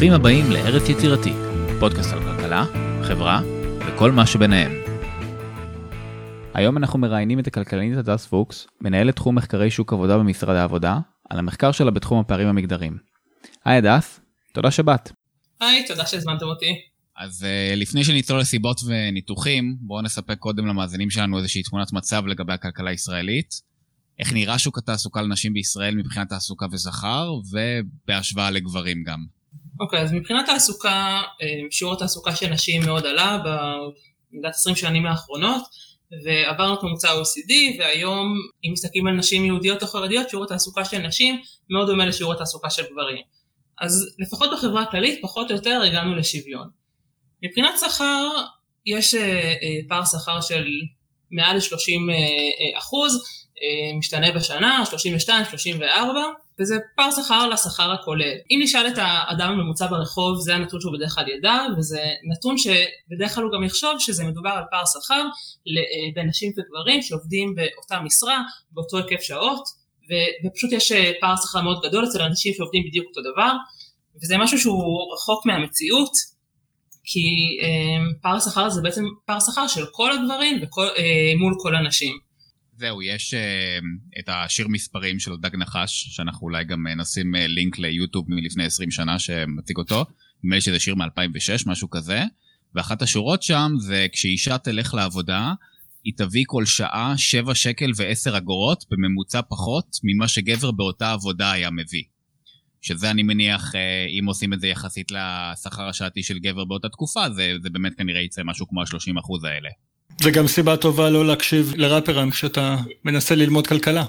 ברוכים הבאים לארץ יצירתי, פודקאסט על כלכלה, חברה וכל מה שביניהם. היום אנחנו מראיינים את הכלכלנית הדס פוקס, מנהלת תחום מחקרי שוק עבודה במשרד העבודה, על המחקר שלה בתחום הפערים המגדריים. היי הדס, תודה שבאת. היי, תודה שהזמנתם אותי. אז לפני שניצול לסיבות וניתוחים, בואו נספק קודם למאזינים שלנו איזושהי תמונת מצב לגבי הכלכלה הישראלית. איך נראה שוק התעסוקה לנשים בישראל מבחינת תעסוקה ושכר, ובהשוואה לגברים גם. אוקיי, אז מבחינת תעסוקה, שיעור התעסוקה של נשים מאוד עלה במדינת 20 שנים האחרונות, ועברנו את ממוצע ה-OECD, והיום, אם מסתכלים על נשים יהודיות או חרדיות, שיעור התעסוקה של נשים מאוד דומה לשיעור התעסוקה של גברים. אז לפחות בחברה הכללית, פחות או יותר הגענו לשוויון. מבחינת שכר, יש פער שכר של מעל ל-30%, משתנה בשנה, 32, 34, וזה פער שכר לשכר הכולל. אם נשאל את האדם הממוצע ברחוב, זה הנתון שהוא בדרך כלל ידע, וזה נתון שבדרך כלל הוא גם יחשוב שזה מדובר על פער שכר בין נשים וגברים שעובדים באותה משרה, באותו היקף שעות, ופשוט יש פער שכר מאוד גדול אצל אנשים שעובדים בדיוק אותו דבר, וזה משהו שהוא רחוק מהמציאות, כי פער שכר זה בעצם פער שכר של כל הגברים מול כל הנשים. זהו, יש את השיר מספרים של דג נחש, שאנחנו אולי גם נשים לינק ליוטיוב מלפני 20 שנה שמציג אותו, נדמה לי שזה שיר מ-2006, משהו כזה, ואחת השורות שם זה כשאישה תלך לעבודה, היא תביא כל שעה 7 שקל ו10 אגורות, בממוצע פחות ממה שגבר באותה עבודה היה מביא. שזה אני מניח, אם עושים את זה יחסית לשכר השעתי של גבר באותה תקופה, זה באמת כנראה יצא משהו כמו 30% האלה. זה גם סיבה טובה לא להקשיב לראפרם כשאתה מנסה ללמוד כלכלה.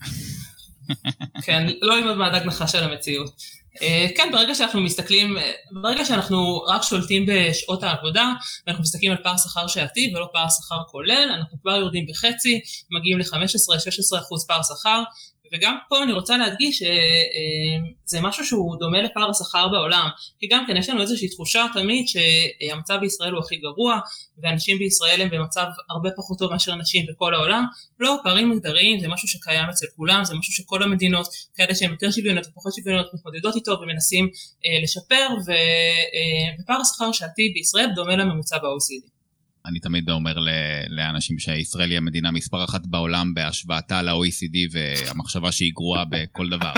כן, לא ללמוד מהדג נחש של המציאות. כן, ברגע שאנחנו רק שולטים בשעות העבודה, ואנחנו מסתכלים על פער שכר שעתי ולא פער שכר כולל, אנחנו כבר יורדים בחצי, מגיעים ל-15-16% פער שכר, וגם פה אני רוצה להדגיש שזה משהו שהוא דומה לפער השכר בעולם, כי גם כן יש לנו איזושהי תחושה תמיד שהמצב בישראל הוא הכי גרוע, ואנשים בישראל הם במצב הרבה פחות טוב מאשר אנשים בכל העולם. לא, פערים מגדריים זה משהו שקיים אצל כולם, זה משהו שכל המדינות, כאלה שהן יותר שוויוניות ופחות שוויוניות, מתמודדות איתו ומנסים לשפר, ופער השכר שעתי בישראל דומה לממוצע ב-OECD. אני תמיד אומר לאנשים שישראל היא המדינה מספר אחת בעולם בהשוואתה ל-OECD והמחשבה שהיא גרועה בכל דבר.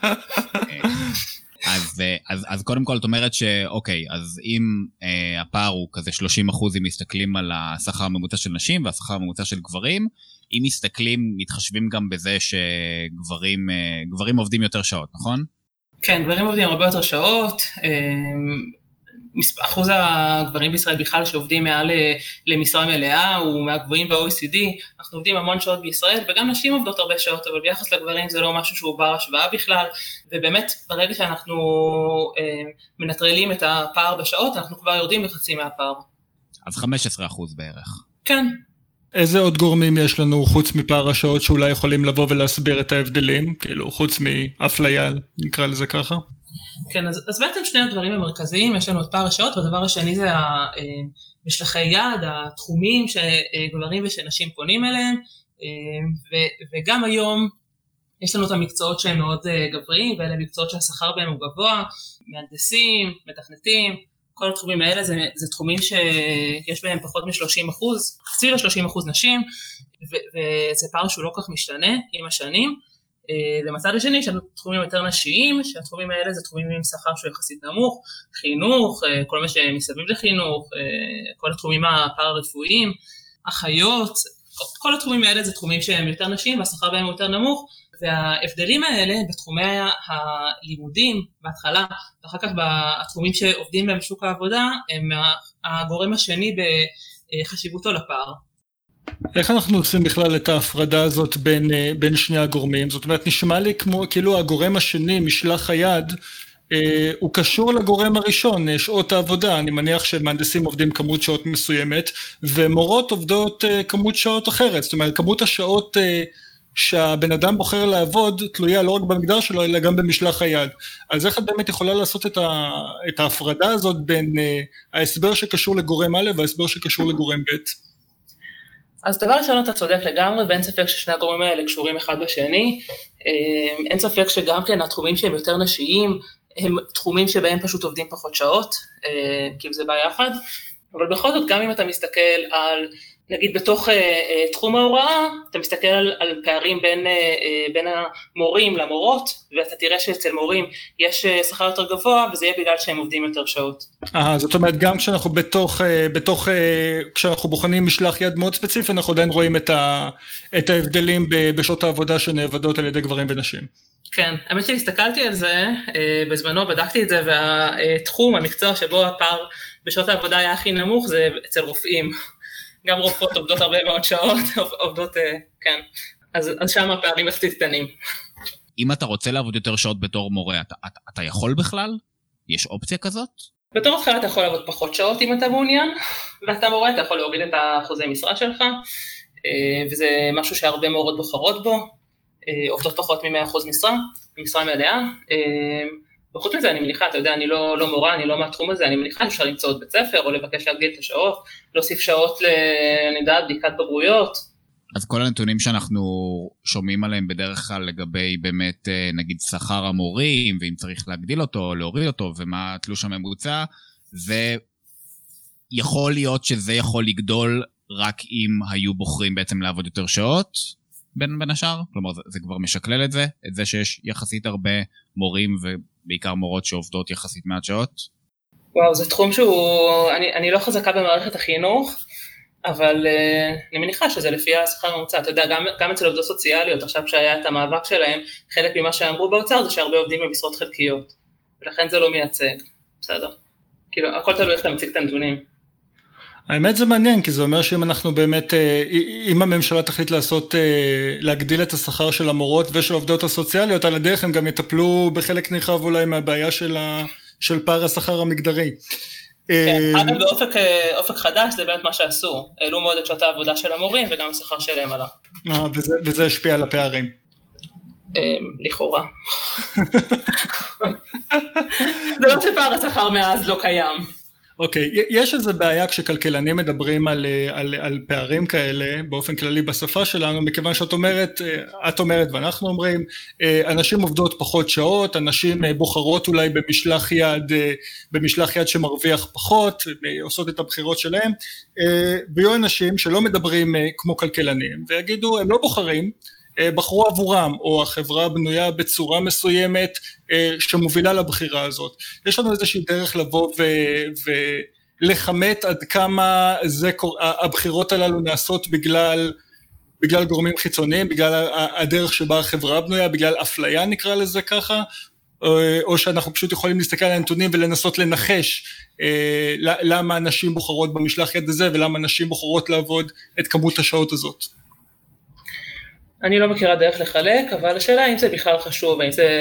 אז קודם כל את אומרת שאוקיי, אז אם הפער הוא כזה 30% אם מסתכלים על השכר הממוצע של נשים והשכר הממוצע של גברים, אם מסתכלים, מתחשבים גם בזה שגברים עובדים יותר שעות, נכון? כן, גברים עובדים הרבה יותר שעות, אחוז הגברים בישראל בכלל שעובדים מעל למשרה מלאה הוא מהגבוהים ב-OECD, אנחנו עובדים המון שעות בישראל וגם נשים עובדות הרבה שעות, אבל ביחס לגברים זה לא משהו שהוא בר השוואה בכלל, ובאמת ברגע שאנחנו מנטרלים את הפער בשעות אנחנו כבר יורדים בחצי מהפער. אז 15% בערך. כן. איזה עוד גורמים יש לנו חוץ מפער השעות שאולי יכולים לבוא ולהסביר את ההבדלים, כאילו חוץ מאפליה, נקרא לזה ככה? כן, אז בעצם שני הדברים המרכזיים, יש לנו את פער השעות, והדבר השני זה משלחי יד, התחומים שגברים ושנשים פונים אליהם, וגם היום יש לנו את המקצועות שהם מאוד גבריים, ואלה מקצועות שהשכר בהם הוא גבוה, מהנדסים, מתכנתים, כל התחומים האלה זה תחומים שיש בהם פחות מ-30%, סביב ל-30% נשים, וזה פער שהוא לא כך משתנה עם השנים. למצד השני יש לנו תחומים יותר נשיים, שהתחומים האלה זה תחומים עם שכר שהוא יחסית נמוך, חינוך, כל מה שמסביב לחינוך, כל התחומים הפארה-רפואיים, אחיות, כל התחומים האלה זה תחומים שהם יותר נשיים והשכר בהם יותר נמוך, וההבדלים האלה בתחומי הלימודים בהתחלה, ואחר כך בתחומים שעובדים בהם בשוק העבודה, הם הגורם השני בחשיבותו לפער. איך אנחנו עושים בכלל את ההפרדה הזאת בין שני הגורמים? זאת אומרת, נשמע לי כאילו הגורם השני, משלח היד, הוא קשור לגורם הראשון, שעות העבודה. אני מניח שמהנדסים עובדים כמות שעות מסוימת, ומורות עובדות כמות שעות אחרת. זאת אומרת, כמות השעות שהבן אדם בוחר לעבוד תלויה לא רק במגדר שלו, אלא גם במשלח היד. אז איך את באמת יכולה לעשות את ההפרדה הזאת בין ההסבר שקשור לגורם א' וההסבר שקשור לגורם ב'? אז דבר ראשון אתה צודק לגמרי, ואין ספק ששני הגורמים האלה קשורים אחד בשני, אין ספק שגם כן התחומים שהם יותר נשיים, הם תחומים שבהם פשוט עובדים פחות שעות, כאילו זה בא יחד, אבל בכל זאת גם אם אתה מסתכל על, נגיד בתוך תחום ההוראה, אתה מסתכל על פערים בין המורים למורות, ואתה תראה שאצל מורים יש שכר יותר גבוה, וזה יהיה בגלל שהם עובדים יותר שעות. זאת אומרת, גם כשאנחנו כשאנחנו בוחנים משלח יד מאוד ספציפי, אנחנו עדיין רואים את ההבדלים בשעות העבודה שנעבדות על ידי גברים ונשים. כן, האמת שהסתכלתי על זה, בזמנו בדקתי את זה, והתחום, המקצוע שבו הפער בשעות העבודה היה הכי נמוך, זה אצל רופאים. גם רופאות עובדות הרבה מאוד שעות, עובדות, כן. אז שם הפערים יחסית קטנים. אם אתה רוצה לעבוד יותר שעות בתור מורה, אתה יכול בכלל? יש אופציה כזאת? בתור התחלה אתה יכול לעבוד פחות שעות אם אתה מעוניין, ואתה מורה, אתה יכול להוריד את האחוזי משרה שלך, וזה משהו שהרבה מורות בוחרות בו, עובדות פחות מ-100% משרה מלאה, וחוץ מזה אני מניחה, אתה יודע, אני לא מורה, אני לא מהתחום הזה, אני מניחה שאפשר למצוא עוד בית ספר, או לבקש להגדיל את השעות, להוסיף שעות בדיקת בגרויות. אז כל הנתונים שאנחנו שומעים עליהם בדרך כלל לגבי באמת, נגיד, שכר המורים, ואם צריך להגדיל אותו, להוריד אותו, ומה התלוש הממוצע, זה יכול להיות שזה יכול לגדול רק אם היו בוחרים בעצם לעבוד יותר שעות, בין השאר, כלומר זה כבר משקלל את זה שיש יחסית הרבה מורים ובעיקר מורות שעובדות יחסית מעט שעות. וואו, זה תחום אני לא חזקה במערכת החינוך, אבל אני מניחה שזה לפי השכר הממוצע, אתה יודע, גם אצל עובדות סוציאליות, עכשיו שהיה את המאבק שלהם, חלק ממה שאמרו באוצר זה שהרבה עובדים במשרות חלקיות, ולכן זה לא מייצג, בסדר. כאילו, הכל תלוי איך אתה מציג את הנתונים. האמת זה מעניין, כי זה אומר שאם אנחנו באמת, אם הממשלה תחליט להגדיל את השכר של המורות ושל העובדות הסוציאליות, על הדרך הם גם יטפלו בחלק נרחב אולי מהבעיה של פער השכר המגדרי. כן, אגב באופק חדש זה באמת מה שעשו, העלו מאוד את שעות העבודה של המורים וגם השכר שלהם עלה. וזה השפיע על הפערים. לכאורה. זה לא שפער השכר מאז לא קיים. אוקיי, יש איזו בעיה כשכלכלנים מדברים על פערים כאלה, באופן כללי בשפה שלנו, מכיוון את אומרת ואנחנו אומרים, אנשים עובדות פחות שעות, אנשים בוחרות אולי במשלח יד שמרוויח פחות, עושות את הבחירות שלהם, ויהיו אנשים שלא מדברים כמו כלכלנים, ויגידו, הם לא בוחרים, בחרו עבורם, או החברה בנויה בצורה מסוימת שמובילה לבחירה הזאת. יש לנו איזושהי דרך לבוא ולחמת עד כמה הבחירות הללו נעשות בגלל גורמים חיצוניים, בגלל הדרך שבה החברה בנויה, בגלל אפליה נקרא לזה ככה, או שאנחנו פשוט יכולים להסתכל על הנתונים ולנסות לנחש למה אנשים בוחרות במשלח יד הזה, ולמה אנשים בוחרות לעבוד את כמות השעות הזאת. אני לא מכירה דרך לחלק, אבל השאלה אם זה בכלל חשוב,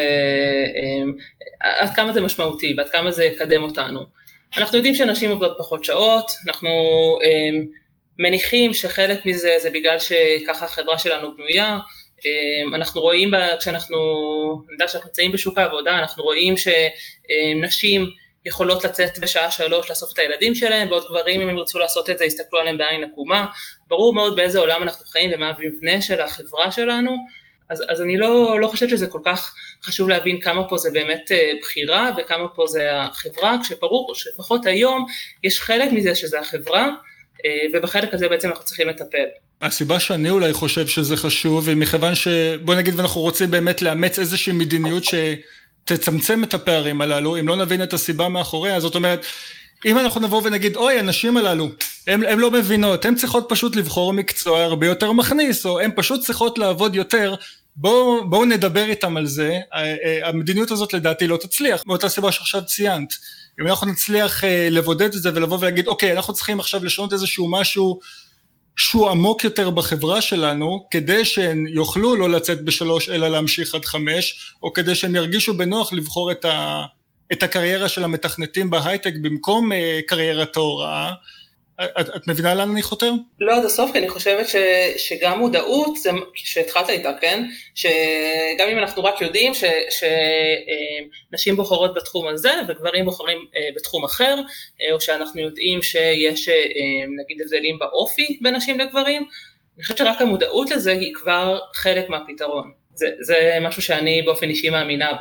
עד כמה זה משמעותי, ועד כמה זה יקדם אותנו. אנחנו יודעים שאנשים עובדות פחות שעות, אנחנו מניחים שחלק מזה זה בגלל שככה החברה שלנו בנויה, אנחנו רואים, כשאנחנו נמצאים בשוק העבודה, אנחנו רואים שנשים יכולות לצאת בשעה 3 לאסוף את הילדים שלהם, ועוד גברים אם הם ירצו לעשות את זה, יסתכלו עליהם בעין עקומה, ברור מאוד באיזה עולם אנחנו חיים, ומה המבנה של החברה שלנו, אז אני לא חושבת שזה כל כך חשוב להבין כמה פה זה באמת בחירה, וכמה פה זה החברה, כשברור שלפחות היום יש חלק מזה שזה החברה, ובחלק הזה בעצם אנחנו צריכים לטפל. הסיבה שאני אולי חושב שזה חשוב, ומכיוון שבוא נגיד ואנחנו רוצים באמת לאמץ איזושהי מדיניות תצמצם את הפערים הללו, אם לא נבין את הסיבה מאחוריה, זאת אומרת, אם אנחנו נבוא ונגיד, אוי, הנשים הללו, הן לא מבינות, הן צריכות פשוט לבחור מקצוע הרבה יותר מכניס, או הן פשוט צריכות לעבוד יותר, בואו נדבר איתם על זה, המדיניות הזאת לדעתי לא תצליח, מאותה סיבה שעכשיו ציינת, אם אנחנו נצליח לבודד את זה ולבוא ולהגיד, אוקיי, אנחנו צריכים עכשיו לשנות איזשהו משהו, שהוא עמוק יותר בחברה שלנו, כדי שהן יוכלו לא לצאת ב3 אלא להמשיך עד 5, או כדי שהן ירגישו בנוח לבחור את הקריירה של המתכנתים בהייטק במקום קריירת ההוראה. את מבינה לאן אני חותר? לא עד הסוף, כי אני חושבת שגם מודעות, שהתחלת איתה, כן? שגם אם אנחנו רק יודעים שנשים בוחרות בתחום הזה, וגברים בוחרים בתחום אחר, או שאנחנו יודעים שיש נגיד הבדלים באופי בין נשים לגברים, אני חושבת שרק המודעות לזה היא כבר חלק מהפתרון. זה משהו שאני באופן אישי מאמינה בו.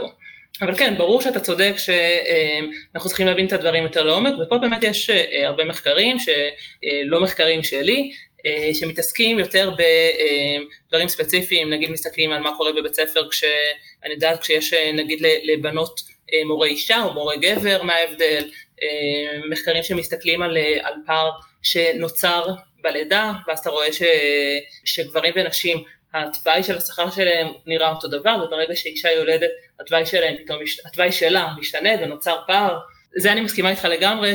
אבל כן, ברור שאתה צודק שאנחנו צריכים להבין את הדברים יותר לעומק, ופה באמת יש הרבה מחקרים, לא מחקרים שלי, שמתעסקים יותר בדברים ספציפיים, נגיד מסתכלים על מה קורה בבית ספר, אני יודעת כשיש נגיד לבנות מורה אישה או מורה גבר, מה ההבדל, מחקרים שמסתכלים על פער שנוצר בלידה, ואז אתה רואה שגברים ונשים, התוואי של השכר שלהם נראה אותו דבר, וברגע שאישה יולדת, התוואי שלה משתנה ונוצר פער. זה אני מסכימה איתך לגמרי,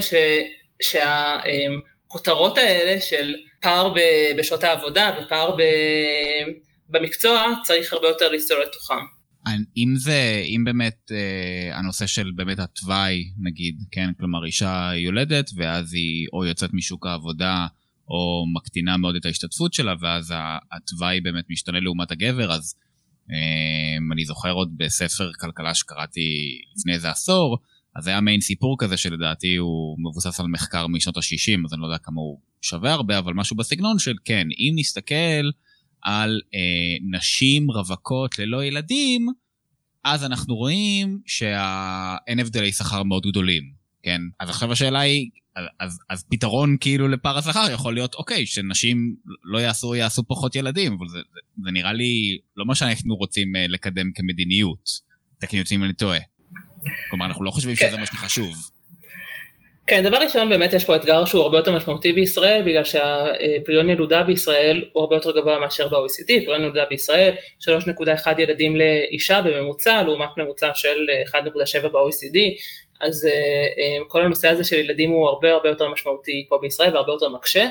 שהכותרות האלה של פער בשעות העבודה ופער במקצוע, צריך הרבה יותר להסתכל לתוכם. אם באמת הנושא של באמת התוואי, נגיד, כן, כלומר אישה יולדת, ואז היא או יוצאת משוק העבודה, או מקטינה מאוד את ההשתתפות שלה, ואז התוואי באמת משתנה לעומת הגבר, אז אני זוכר עוד בספר כלכלה שקראתי לפני איזה עשור, אז היה מעין סיפור כזה שלדעתי הוא מבוסס על מחקר משנות ה-60, אז אני לא יודע כמה הוא שווה הרבה, אבל משהו בסגנון של כן, אם נסתכל על נשים רווקות ללא ילדים, אז אנחנו רואים שאין הבדלי שכר מאוד גדולים, כן? אז עכשיו השאלה היא, אז פתרון כאילו לפער השכר יכול להיות, אוקיי, שנשים לא יעשו פחות ילדים, אבל זה נראה לי לא מה שאנחנו רוצים לקדם כמדיניות. תקני יוצאים אני טועה. כלומר, אנחנו לא חושבים שזה מה שחשוב. כן, דבר ראשון, באמת יש פה אתגר שהוא הרבה יותר משמעותי בישראל, בגלל שהפריון ילודה בישראל הוא הרבה יותר גבוה מאשר ב-OECD, פריון ילודה בישראל 3.1 ילדים לאישה בממוצע, לעומת ממוצע של 1.7 ב-OECD, אז כל הנושא הזה של ילדים הוא הרבה יותר משמעותי פה בישראל, והרבה יותר מקשה,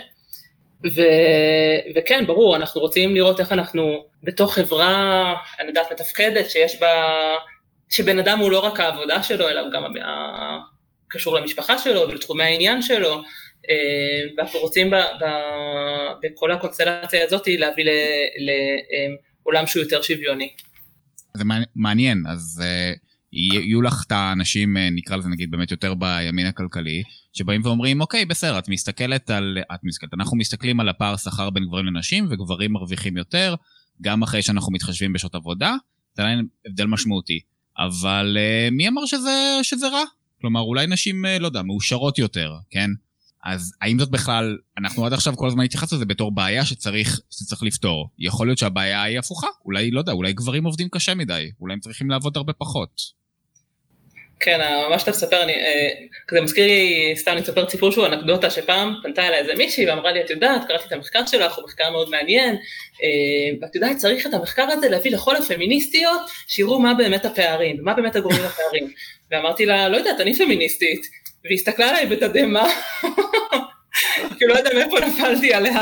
וכן, ברור, אנחנו רוצים לראות איך אנחנו בתוך חברה, אני יודעת, מתפקדת, שיש בה, שבן אדם הוא לא רק העבודה שלו, אלא גם קשור למשפחה שלו ולתחומי העניין שלו, ואנחנו רוצים בכל הקונסטלציה הזאת להביא לעולם שהוא יותר שוויוני. זה מעניין, אז יהיו לך את האנשים, נקרא לזה נגיד באמת יותר בימין הכלכלי, שבאים ואומרים, אוקיי, בסדר, אנחנו מסתכלים על הפער שכר בין גברים לנשים, וגברים מרוויחים יותר, גם אחרי שאנחנו מתחשבים בשעות עבודה, זה עדיין הבדל משמעותי. אבל מי אמר שזה רע? כלומר, אולי נשים, לא יודע, מאושרות יותר, כן? אז האם זאת בכלל, אנחנו עד עכשיו כל הזמן התייחסנו לזה בתור בעיה שצריך לפתור. יכול להיות שהבעיה היא הפוכה, אולי, לא יודע, אולי גברים עובדים קשה מדי, אולי הם צריכים לעבוד הרבה פחות. כן, מה שאתה מספר, זה מזכיר לי, סתם נספר סיפור שהוא אנקדוטה שפעם פנתה אליי איזה מישהי ואמרה לי, את יודעת, קראתי את המחקר שלך, הוא מחקר מאוד מעניין, ואת יודעת, צריך את המחקר הזה להביא לכל הפמיניסטיות, שיראו מה באמת הפערים, מה באמת הגורמים לפערים. ואמרתי לה, לא יודעת, אני פמיניסטית, והיא הסתכלה עליי בתדהמה, כי לא יודע מאיפה נפלתי עליה.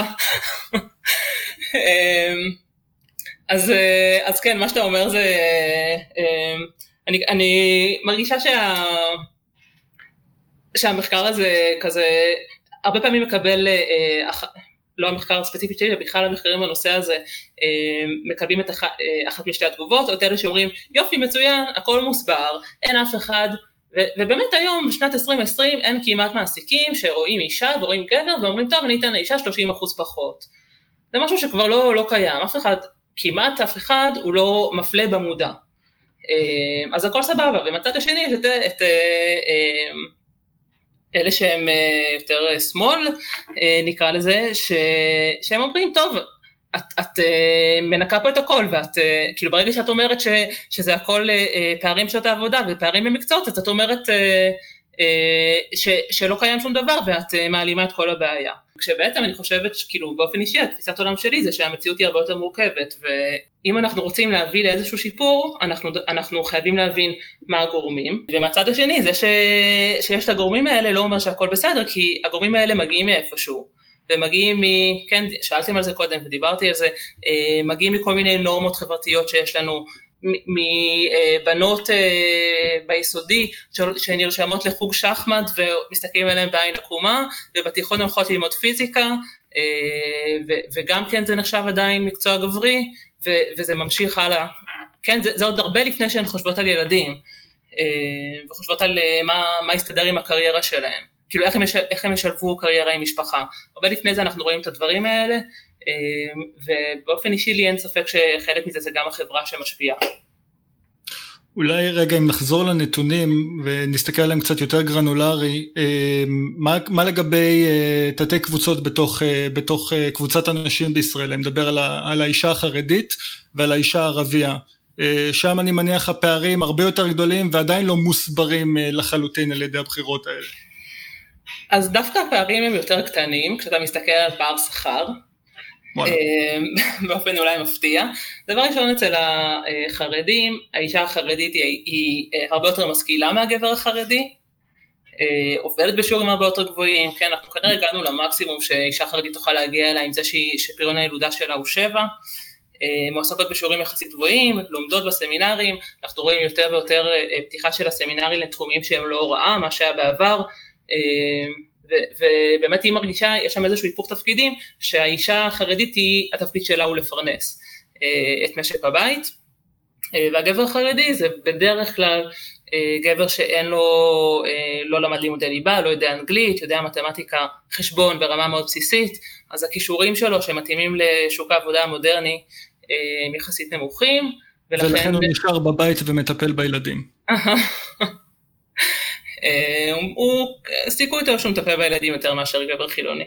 אז כן, מה שאתה אומר זה, אני מרגישה שהמחקר הזה כזה, הרבה פעמים מקבל, לא המחקר הספציפי שלי, בכלל המחקרים בנושא הזה, מקבלים את אחת משתי התגובות, או את אלה שאומרים, יופי מצוין, הכל מוסבר, אין אף אחד, ובאמת היום, בשנת 2020, אין כמעט מעסיקים שרואים אישה ורואים גבר, ואומרים, טוב, אני אתן לאישה 30% פחות. זה משהו שכבר לא קיים, כמעט אף אחד הוא לא מפלה במודע. אז הכל סבבה, ומצד השני יש את אלה שהם יותר שמאל, נקרא לזה, שהם אומרים, טוב, את מנקה פה את הכל, ואת, כאילו ברגע שאת אומרת שזה הכל פערים שעות העבודה, ופערים במקצועות, אז את אומרת שלא קיים שום דבר, ואת מעלימה את כל הבעיה. כשבעצם אני חושבת שכאילו באופן אישי, התפיסת עולם שלי זה שהמציאות היא הרבה יותר מורכבת, ואם אנחנו רוצים להביא לאיזשהו שיפור, אנחנו חייבים להבין מה הגורמים, ומצד השני זה שיש את הגורמים האלה לא אומר שהכל בסדר, כי הגורמים האלה מגיעים מאיפשהו, ומגיעים כן, שאלתם על זה קודם ודיברתי על זה, מגיעים מכל מיני נורמות חברתיות שיש לנו, מבנות ביסודי שנרשמות לחוג שחמט ומסתכלים עליהם בעין עקומה, ובתיכון הולכות ללמוד פיזיקה, וגם כן זה נחשב עדיין מקצוע גברי, וזה ממשיך הלאה. כן, זה עוד הרבה לפני שהן חושבות על ילדים, וחושבות על מה יסתדר עם הקריירה שלהם. כאילו איך הם ישלבו קריירה עם משפחה. הרבה לפני זה אנחנו רואים את הדברים האלה, ובאופן אישי לי אין ספק שחלק מזה זה גם החברה שמשפיעה. אולי רגע אם נחזור לנתונים ונסתכל עליהם קצת יותר גרנולרי, מה לגבי תתי קבוצות בתוך קבוצת אנשים בישראל? אני מדבר על האישה החרדית ועל האישה הערבייה. שם אני מניח הפערים הרבה יותר גדולים ועדיין לא מוסברים לחלוטין על ידי הבחירות האלה. אז דווקא הפערים הם יותר קטנים, כשאתה מסתכל על פער שכר, באופן אולי מפתיע. דבר ראשון, אצל החרדים, האישה החרדית היא הרבה יותר משכילה מהגבר החרדי, עובדת בשיעורים הרבה יותר גבוהים, כן, אנחנו כנראה הגענו למקסימום שאישה חרדית תוכל להגיע אליה עם זה שפריון הילודה שלה הוא 7, מועסקות בשיעורים יחסית גבוהים, לומדות בסמינרים, אנחנו רואים יותר ויותר פתיחה של הסמינרים לתחומים שהם לא הוראה, מה שהיה בעבר, ובאמת היא מרגישה, יש שם איזשהו היפוך תפקידים, שהאישה החרדית התפקיד שלה הוא לפרנס את משק הבית, והגבר החרדי זה בדרך כלל גבר שאין לו, לא למד לימודי ליבה, לא יודע אנגלית, יודע מתמטיקה, חשבון ברמה מאוד בסיסית, אז הכישורים שלו שמתאימים לשוק העבודה המודרני הם יחסית נמוכים, ולכן הוא נשאר בבית ומטפל בילדים. הוא סיכוי יותר שהוא מטפל בילדים יותר מאשר גבר חילוני.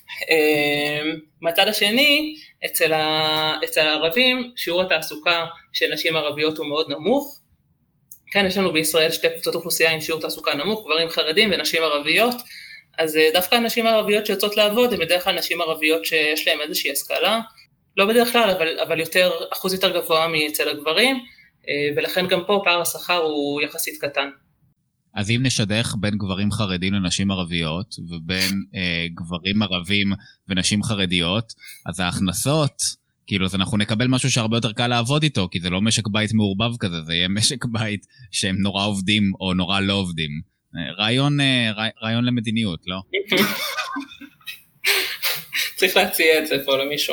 מהצד השני, אצל הערבים, שיעור התעסוקה של נשים ערביות הוא מאוד נמוך. כאן יש לנו בישראל שתי קבוצות אוכלוסייה עם שיעור תעסוקה נמוך, גברים חרדים ונשים ערביות, אז דווקא הנשים הערביות שיוצאות לעבוד, הן בדרך כלל נשים ערביות שיש להן איזושהי השכלה, לא בדרך כלל, אבל אחוז יותר גבוה מאצל הגברים, ולכן גם פה פער השכר הוא יחסית קטן. אז אם נשדך בין גברים חרדים לנשים ערביות, ובין גברים ערבים ונשים חרדיות, אז ההכנסות, כאילו, אז אנחנו נקבל משהו שהרבה יותר קל לעבוד איתו, כי זה לא משק בית מעורבב כזה, זה יהיה משק בית שהם נורא עובדים או נורא לא עובדים. רעיון למדיניות, לא? צריך להציע את זה פה למישהו.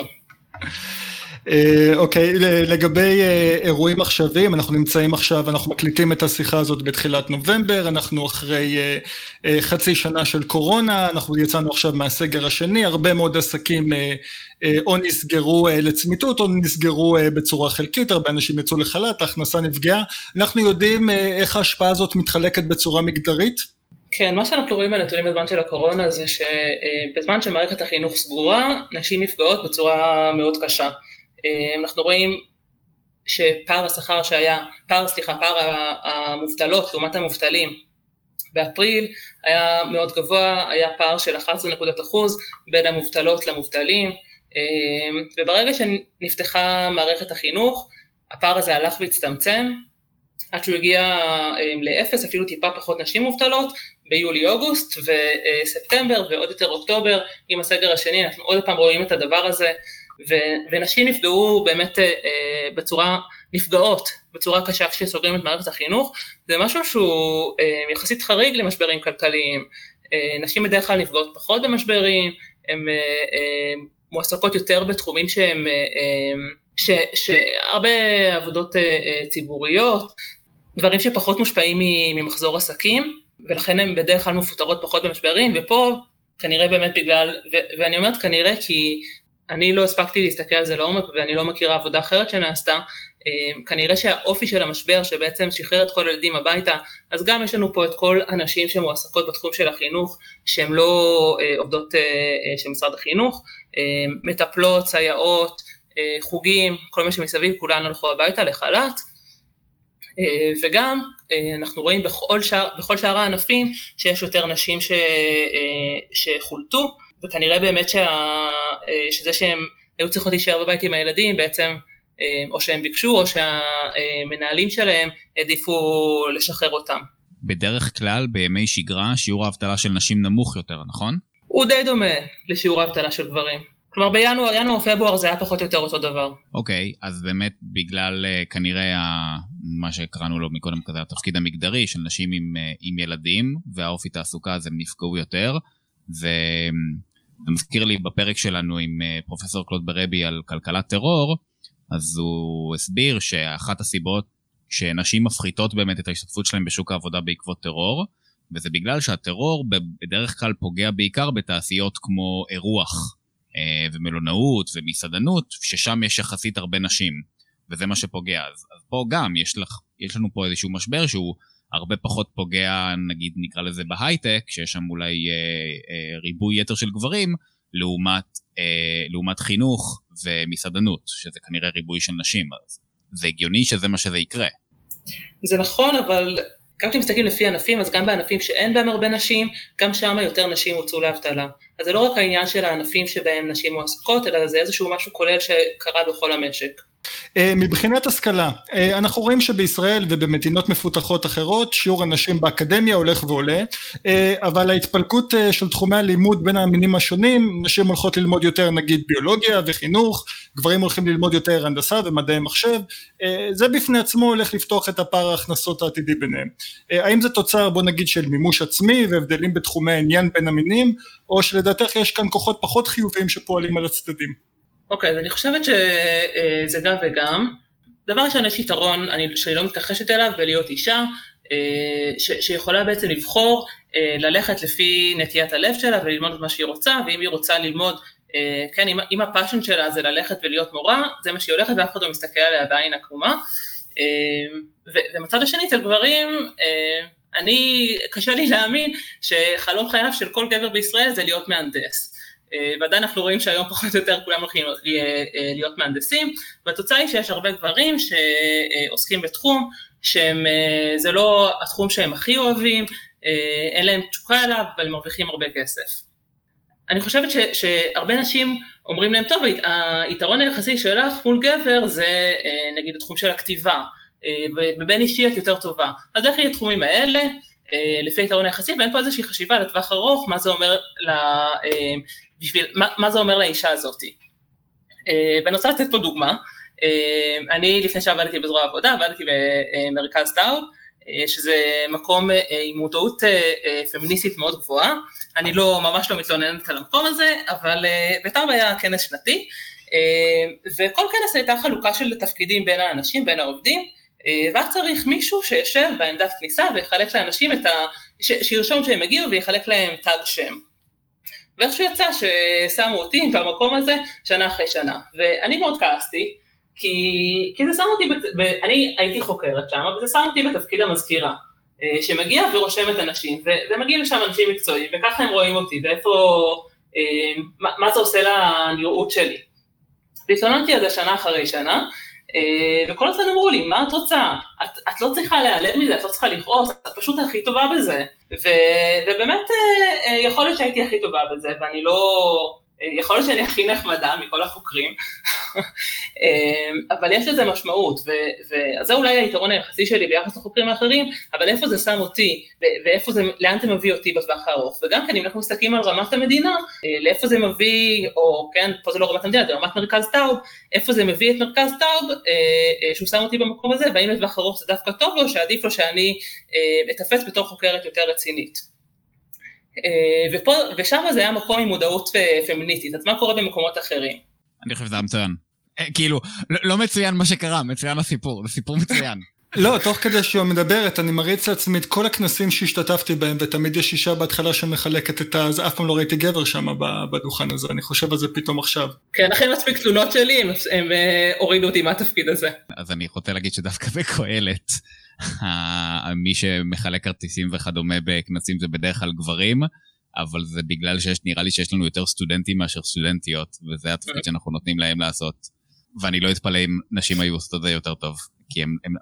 אוקיי, לגבי אירועים עכשוויים, אנחנו נמצאים עכשיו, אנחנו מקליטים את השיחה הזאת בתחילת נובמבר, אנחנו אחרי חצי שנה של קורונה, אנחנו יצאנו עכשיו מהסגר השני, הרבה מאוד עסקים או נסגרו לצמיתות, או נסגרו בצורה חלקית, הרבה אנשים יצאו לחל"ת, ההכנסה נפגעה, אנחנו יודעים איך ההשפעה הזאת מתחלקת בצורה מגדרית? כן, מה שאנחנו רואים בנתונים בזמן של הקורונה, זה שבזמן שמערכת החינוך סגורה, נשים נפגעות בצורה מאוד קשה. אנחנו רואים שפער השכר פער המובטלות לעומת המובטלים באפריל היה מאוד גבוה, היה פער של 11 נקודות אחוז בין המובטלות למובטלים, וברגע שנפתחה מערכת החינוך, הפער הזה הלך והצטמצם, עד שהוא הגיע לאפס, אפילו טיפה פחות נשים מובטלות, ביולי-אוגוסט וספטמבר ועוד יותר אוקטובר, עם הסגר השני, אנחנו עוד פעם רואים את הדבר הזה, ונשים נפגעו באמת נפגעות בצורה קשה כשסוגרים את מערכת החינוך, זה משהו שהוא יחסית חריג למשברים כלכליים, נשים בדרך כלל נפגעות פחות במשברים, הן מועסקות יותר בתחומים שהרבה עבודות ציבוריות, דברים שפחות מושפעים ממחזור עסקים, ולכן הן בדרך כלל מפוטרות פחות במשברים, ופה כנראה באמת ואני אומרת כנראה כי אני לא הספקתי להסתכל על זה לעומק, ואני לא מכירה עבודה אחרת שנעשתה, כנראה שהאופי של המשבר שבעצם שחרר את כל הילדים הביתה, אז גם יש לנו פה את כל הנשים שמועסקות בתחום של החינוך, שהן לא עובדות של משרד החינוך, מטפלות, סייעות, חוגים, כל מה שמסביב, כולן הלכו הביתה לחל"ת, וגם אנחנו רואים בכל שאר הענפים שיש יותר נשים שחולטו, וכנראה באמת שזה שהם היו צריכות להישאר בבית עם הילדים, בעצם או שהם ביקשו, או שהמנהלים שלהם העדיפו לשחרר אותם. בדרך כלל, בימי שגרה, שיעור האבטלה של נשים נמוך יותר, נכון? הוא די דומה לשיעור האבטלה של גברים. כלומר, בינואר, פברואר זה היה פחות או יותר אותו דבר. אוקיי, אז באמת בגלל כנראה מה שקראנו לו מקודם כזה, התפקיד המגדרי של נשים עם ילדים, והאופי תעסוקה אז הם נפגעו יותר, זה מזכיר לי בפרק שלנו עם פרופסור קלוד ברבי על כלכלת טרור, אז הוא הסביר שאחת הסיבות שנשים מפחיתות באמת את ההשתתפות שלהם בשוק העבודה בעקבות טרור, וזה בגלל שהטרור בדרך כלל פוגע בעיקר בתעשיות כמו אירוח ומלונאות ומסעדנות, ששם יש יחסית הרבה נשים. וזה מה שפוגע. אז פה גם יש לנו פה איזשהו משבר שהוא הרבה פחות פוגע, נגיד נקרא לזה בהייטק, שיש שם אולי ריבוי יתר של גברים, לעומת חינוך ומסעדנות, שזה כנראה ריבוי של נשים, אז זה הגיוני שזה מה שזה יקרה. זה נכון, אבל גם כשאתם מסתכלים לפי ענפים, אז גם בענפים שאין בהם הרבה נשים, גם שם יותר נשים הוצאו לאבטלה. אז זה לא רק העניין של הענפים שבהם נשים מועסקות, אלא זה איזשהו משהו כולל שקרה בכל המשק. מבחינת השכלה, אנחנו רואים שבישראל ובמדינות מפותחות אחרות, שיעור הנשים באקדמיה הולך ועולה, אבל ההתפלגות של תחומי הלימוד בין המינים השונים, נשים הולכות ללמוד יותר נגיד ביולוגיה וחינוך, גברים הולכים ללמוד יותר הנדסה ומדעי מחשב, זה בפני עצמו הולך לפתוח את הפער ההכנסות העתידי ביניהם. האם זה תוצר, בוא נגיד, של מימוש עצמי והבדלים בתחומי העניין בין המינים, או שלדעתך יש כאן כוחות פחות חיוביים שפועלים על הצדדים? אוקיי, אז אני חושבת שזה גם וגם. דבר ראשון, יש יתרון שאני לא מתכחשת אליו בלהיות אישה, שיכולה בעצם לבחור ללכת לפי נטיית הלב שלה וללמוד את מה שהיא רוצה, ואם היא רוצה ללמוד, כן, אם הפאשן שלה זה ללכת ולהיות מורה, זה מה שהיא הולכת ואף אחד לא מסתכל עליה בעין עקומה. ומצד השני, אצל גברים, קשה לי להאמין שחלום חייו של כל גבר בישראל זה להיות מהנדס. ועדיין אנחנו רואים שהיום פחות או יותר כולם הולכים להיות מהנדסים, והתוצאה היא שיש הרבה גברים שעוסקים בתחום, זה לא התחום שהם הכי אוהבים, אין להם תשוקה אליו, אבל מרוויחים הרבה כסף. אני חושבת שהרבה נשים אומרים להם, טוב, היתרון היחסי שלך מול גבר זה נגיד התחום של הכתיבה, ובין אישי את יותר טובה. אז לכי לתחומים האלה, לפי היתרון היחסי, ואין פה איזושהי חשיבה לטווח ארוך, מה זה אומר לאישה הזאת. ואני רוצה לתת פה דוגמה, אני לפני שעבדתי בזרוע העבודה, עבדתי במרכז טאוב, שזה מקום עם מודעות פמיניסטית מאוד גבוהה, אני ממש לא מתלוננת על המקום הזה, אבל בטאוב היה כנס שנתי, וכל כנס הייתה חלוקה של תפקידים בין האנשים, בין העובדים, ואז צריך מישהו שישב בעמדת כניסה ויחלק לאנשים שירשום שהם הגיעו ויחלק להם תג שם. ואיכשהו יצא ששמו אותי במקום הזה שנה אחרי שנה, ואני מאוד כעסתי, כי זה שם אותי, אני הייתי חוקרת שם, וזה שם אותי בתפקיד המזכירה, שמגיע ורושם את אנשים, ומגיעים לשם אנשים מקצועיים, וככה הם רואים אותי, מה זה עושה לנראות שלי. והתלוננתי על זה שנה אחרי שנה, וכל הזמן אמרו לי, מה את רוצה? את לא צריכה להיעלם מזה, את לא צריכה לכעוס, את פשוט הכי טובה בזה. ובאמת יכול להיות שהייתי הכי טובה בזה, ואני לא, יכול להיות שאני הכי נחמדה מכל החוקרים, אבל יש לזה משמעות, וזה אולי היתרון היחסי שלי ביחס לחוקרים האחרים, אבל איפה זה שם אותי, לאן זה מביא אותי בטווח הארוך, וגם כן אם אנחנו מסתכלים על רמת המדינה, לאיפה זה מביא, או כן, פה זה לא רמת המדינה, זה רמת מרכז טאוב, איפה זה מביא את מרכז טאוב, שהוא שם אותי במקום הזה, והאם לטווח ארוך זה דווקא טוב לו, שעדיף לו שאני אתפס בתור חוקרת יותר רצינית. ושם זה היה מקום עם מודעות פמיניסטית, אז מה קורה במקומות אחרים? אני חושב שזה מצוין. כאילו, לא מצוין מה שקרה, מצוין הסיפור, זה סיפור מצוין. לא, תוך כדי שהיא מדברת, אני מריץ לעצמי את כל הכנסים שהשתתפתי בהם, ותמיד יש אישה בהתחלה שמחלקת את אז אף פעם לא ראיתי גבר שם בדוכן הזה, אני חושב על זה פתאום עכשיו. כן, אחרי מספיק תלונות שלי, הם הורידו אותי מהתפקיד הזה. אז אני רוצה להגיד שדווקא בקהלת, מי שמחלק כרטיסים וכדומה בכנסים זה בדרך כלל גברים, אבל זה בגלל נראה לי שיש לנו יותר סטודנטים מאשר סטודנטיות, וזה התפקיד שאנחנו נותנים להם לעשות. ואני לא אתפלא אם נשים היו עושות את זה יותר טוב, כי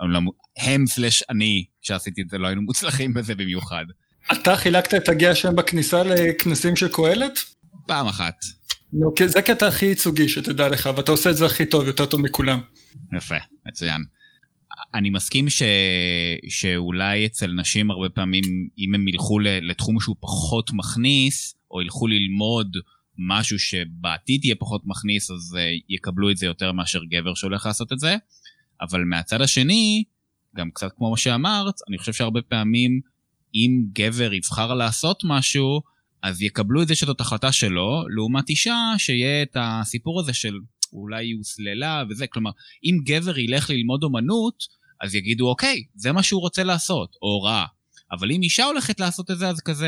אני, שעשיתי את זה, לא היינו מוצלחים בזה במיוחד. אתה חילקת את הגאה שם בכניסה לכנסים של קהלת? פעם אחת. זה קטע הכי ייצוגי שתדע לך, ואתה עושה את זה הכי טוב, יותר טוב מכולם. יפה, מצוין. אני מסכים שאולי אצל נשים הרבה פעמים, אם הם ילכו לתחום שהוא פחות מכניס, או ילכו ללמוד משהו שבעתיד יהיה פחות מכניס, אז יקבלו את זה יותר מאשר גבר שהולך לעשות את זה. אבל מהצד השני, גם קצת כמו מה שאמרת, אני חושב שהרבה פעמים, אם גבר יבחר לעשות משהו, אז יקבלו את זה שזאת החלטה שלו, לעומת אישה שיהיה את הסיפור הזה של אולי הוא סללה וזה. כלומר, אם גבר ילך ללמוד אומנות, אז יגידו, אוקיי, זה מה שהוא רוצה לעשות, או רע. אבל אם אישה הולכת לעשות את זה, אז כזה,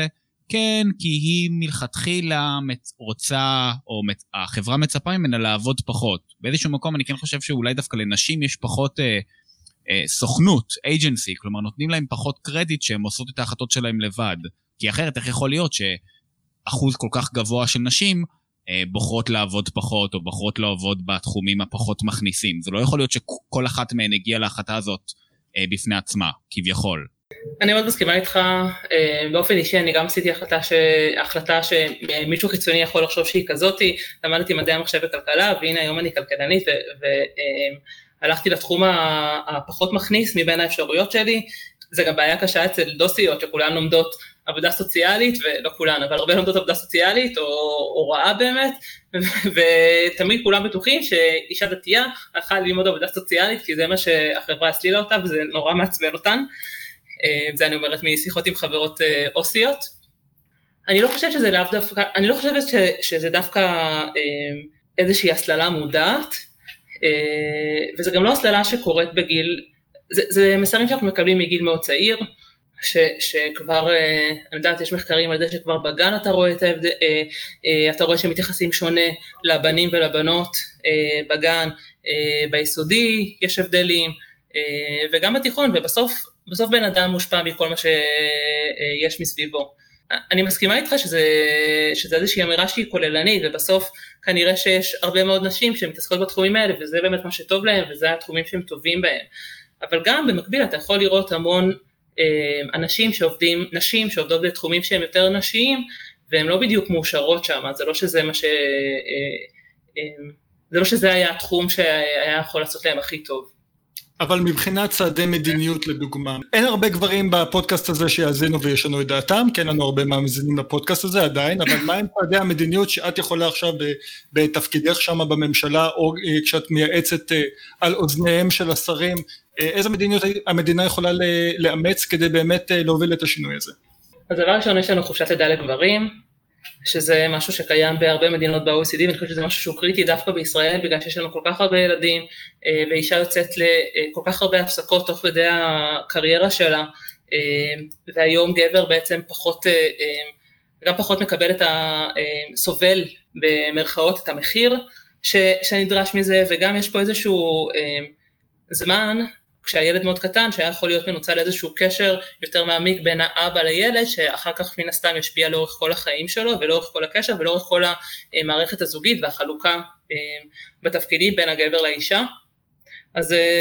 כן, כי היא מלכתחילה רוצה, או החברה מצפה ממנה לעבוד פחות. באיזשהו מקום אני כן חושב שאולי דווקא לנשים יש פחות סוכנות, agency, כלומר נותנים להם פחות קרדיט שהן עושות את ההחלטות שלהם לבד. כי אחרת איך יכול להיות שאחוז כל כך גבוה של נשים בוחרות לעבוד פחות, או בוחרות לעבוד בתחומים הפחות מכניסים. זה לא יכול להיות שכל אחת מהן הגיעה להחלטה הזאת בפני עצמה, כביכול. אני מאוד מסכימה איתך, באופן אישי אני גם עשיתי החלטה שמישהו חיצוני יכול לחשוב שהיא כזאתי, למדתי מדעי המחשב וכלכלה, והנה היום אני כלכלנית, והלכתי לתחום הפחות מכניס מבין האפשרויות שלי, זה גם בעיה קשה אצל דוסיות, שכולן לומדות עבודה סוציאלית, ולא כולן, אבל הרבה לומדות עבודה סוציאלית, או הוראה באמת, ותמיד כולם בטוחים שאישה דתייה הלכה ללמוד עבודה סוציאלית, כי זה מה שהחברה הסלילה אותה, וזה נורא מעצבן אותן, זה אני אומרת משיחות עם חברות אוסיות. אני לא חושבת שזה דווקא איזושהי הסללה מודעת, וזה גם לא הסללה שקורית בגיל, זה מסרים שאנחנו מקבלים מגיל מאוד צעיר, שכבר, אני יודעת, יש מחקרים על זה שכבר בגן אתה רואה אתה רואה שמתייחסים שונה לבנים ולבנות בגן, ביסודי יש הבדלים, וגם בתיכון, ובסוף בן אדם מושפע מכל מה שיש מסביבו. אני מסכימה איתך שזה איזושהי אמירה שהיא כוללנית, ובסוף כנראה שיש הרבה מאוד נשים שמתעסקות בתחומים האלה, וזה באמת מה שטוב להם, וזה התחומים שהם טובים בהם. אבל גם במקביל אתה יכול לראות המון נשים שעובדות בתחומים שהם יותר נשיים, והן לא בדיוק מאושרות שם, זה לא שזה היה התחום שהיה יכול לעשות להם הכי טוב. אבל מבחינת צעדי מדיניות לדוגמה, אין הרבה גברים בפודקאסט הזה שיאזינו וישנו את דעתם, כן לנו הרבה מהמאזינים לפודקאסט הזה עדיין, אבל מה עם צעדי המדיניות שאת יכולה עכשיו בתפקידך שם בממשלה, או כשאת מייעצת על אוזניהם של השרים, איזה מדיניות המדינה יכולה לאמץ כדי באמת להוביל את השינוי הזה? אז דבר ראשון יש לנו חופשת לידה לגברים, שזה משהו שקיים בהרבה מדינות ב-OECD, ואני חושבת שזה משהו שהוא קריטי דווקא בישראל, בגלל שיש לנו כל כך הרבה ילדים, ואישה יוצאת לכל כך הרבה הפסקות תוך כדי הקריירה שלה, והיום גבר בעצם גם פחות מקבל סובל במרכאות את המחיר שנדרש מזה, וגם יש פה איזשהו זמן, כשהילד מאוד קטן, שהיה יכול להיות מנוצל איזשהו קשר יותר מעמיק בין האבא לילד, שאחר כך מן הסתם ישפיע לאורך כל החיים שלו, ולאורך כל הקשר, ולאורך כל המערכת הזוגית, והחלוקה בתפקידים בין הגבר לאישה. אז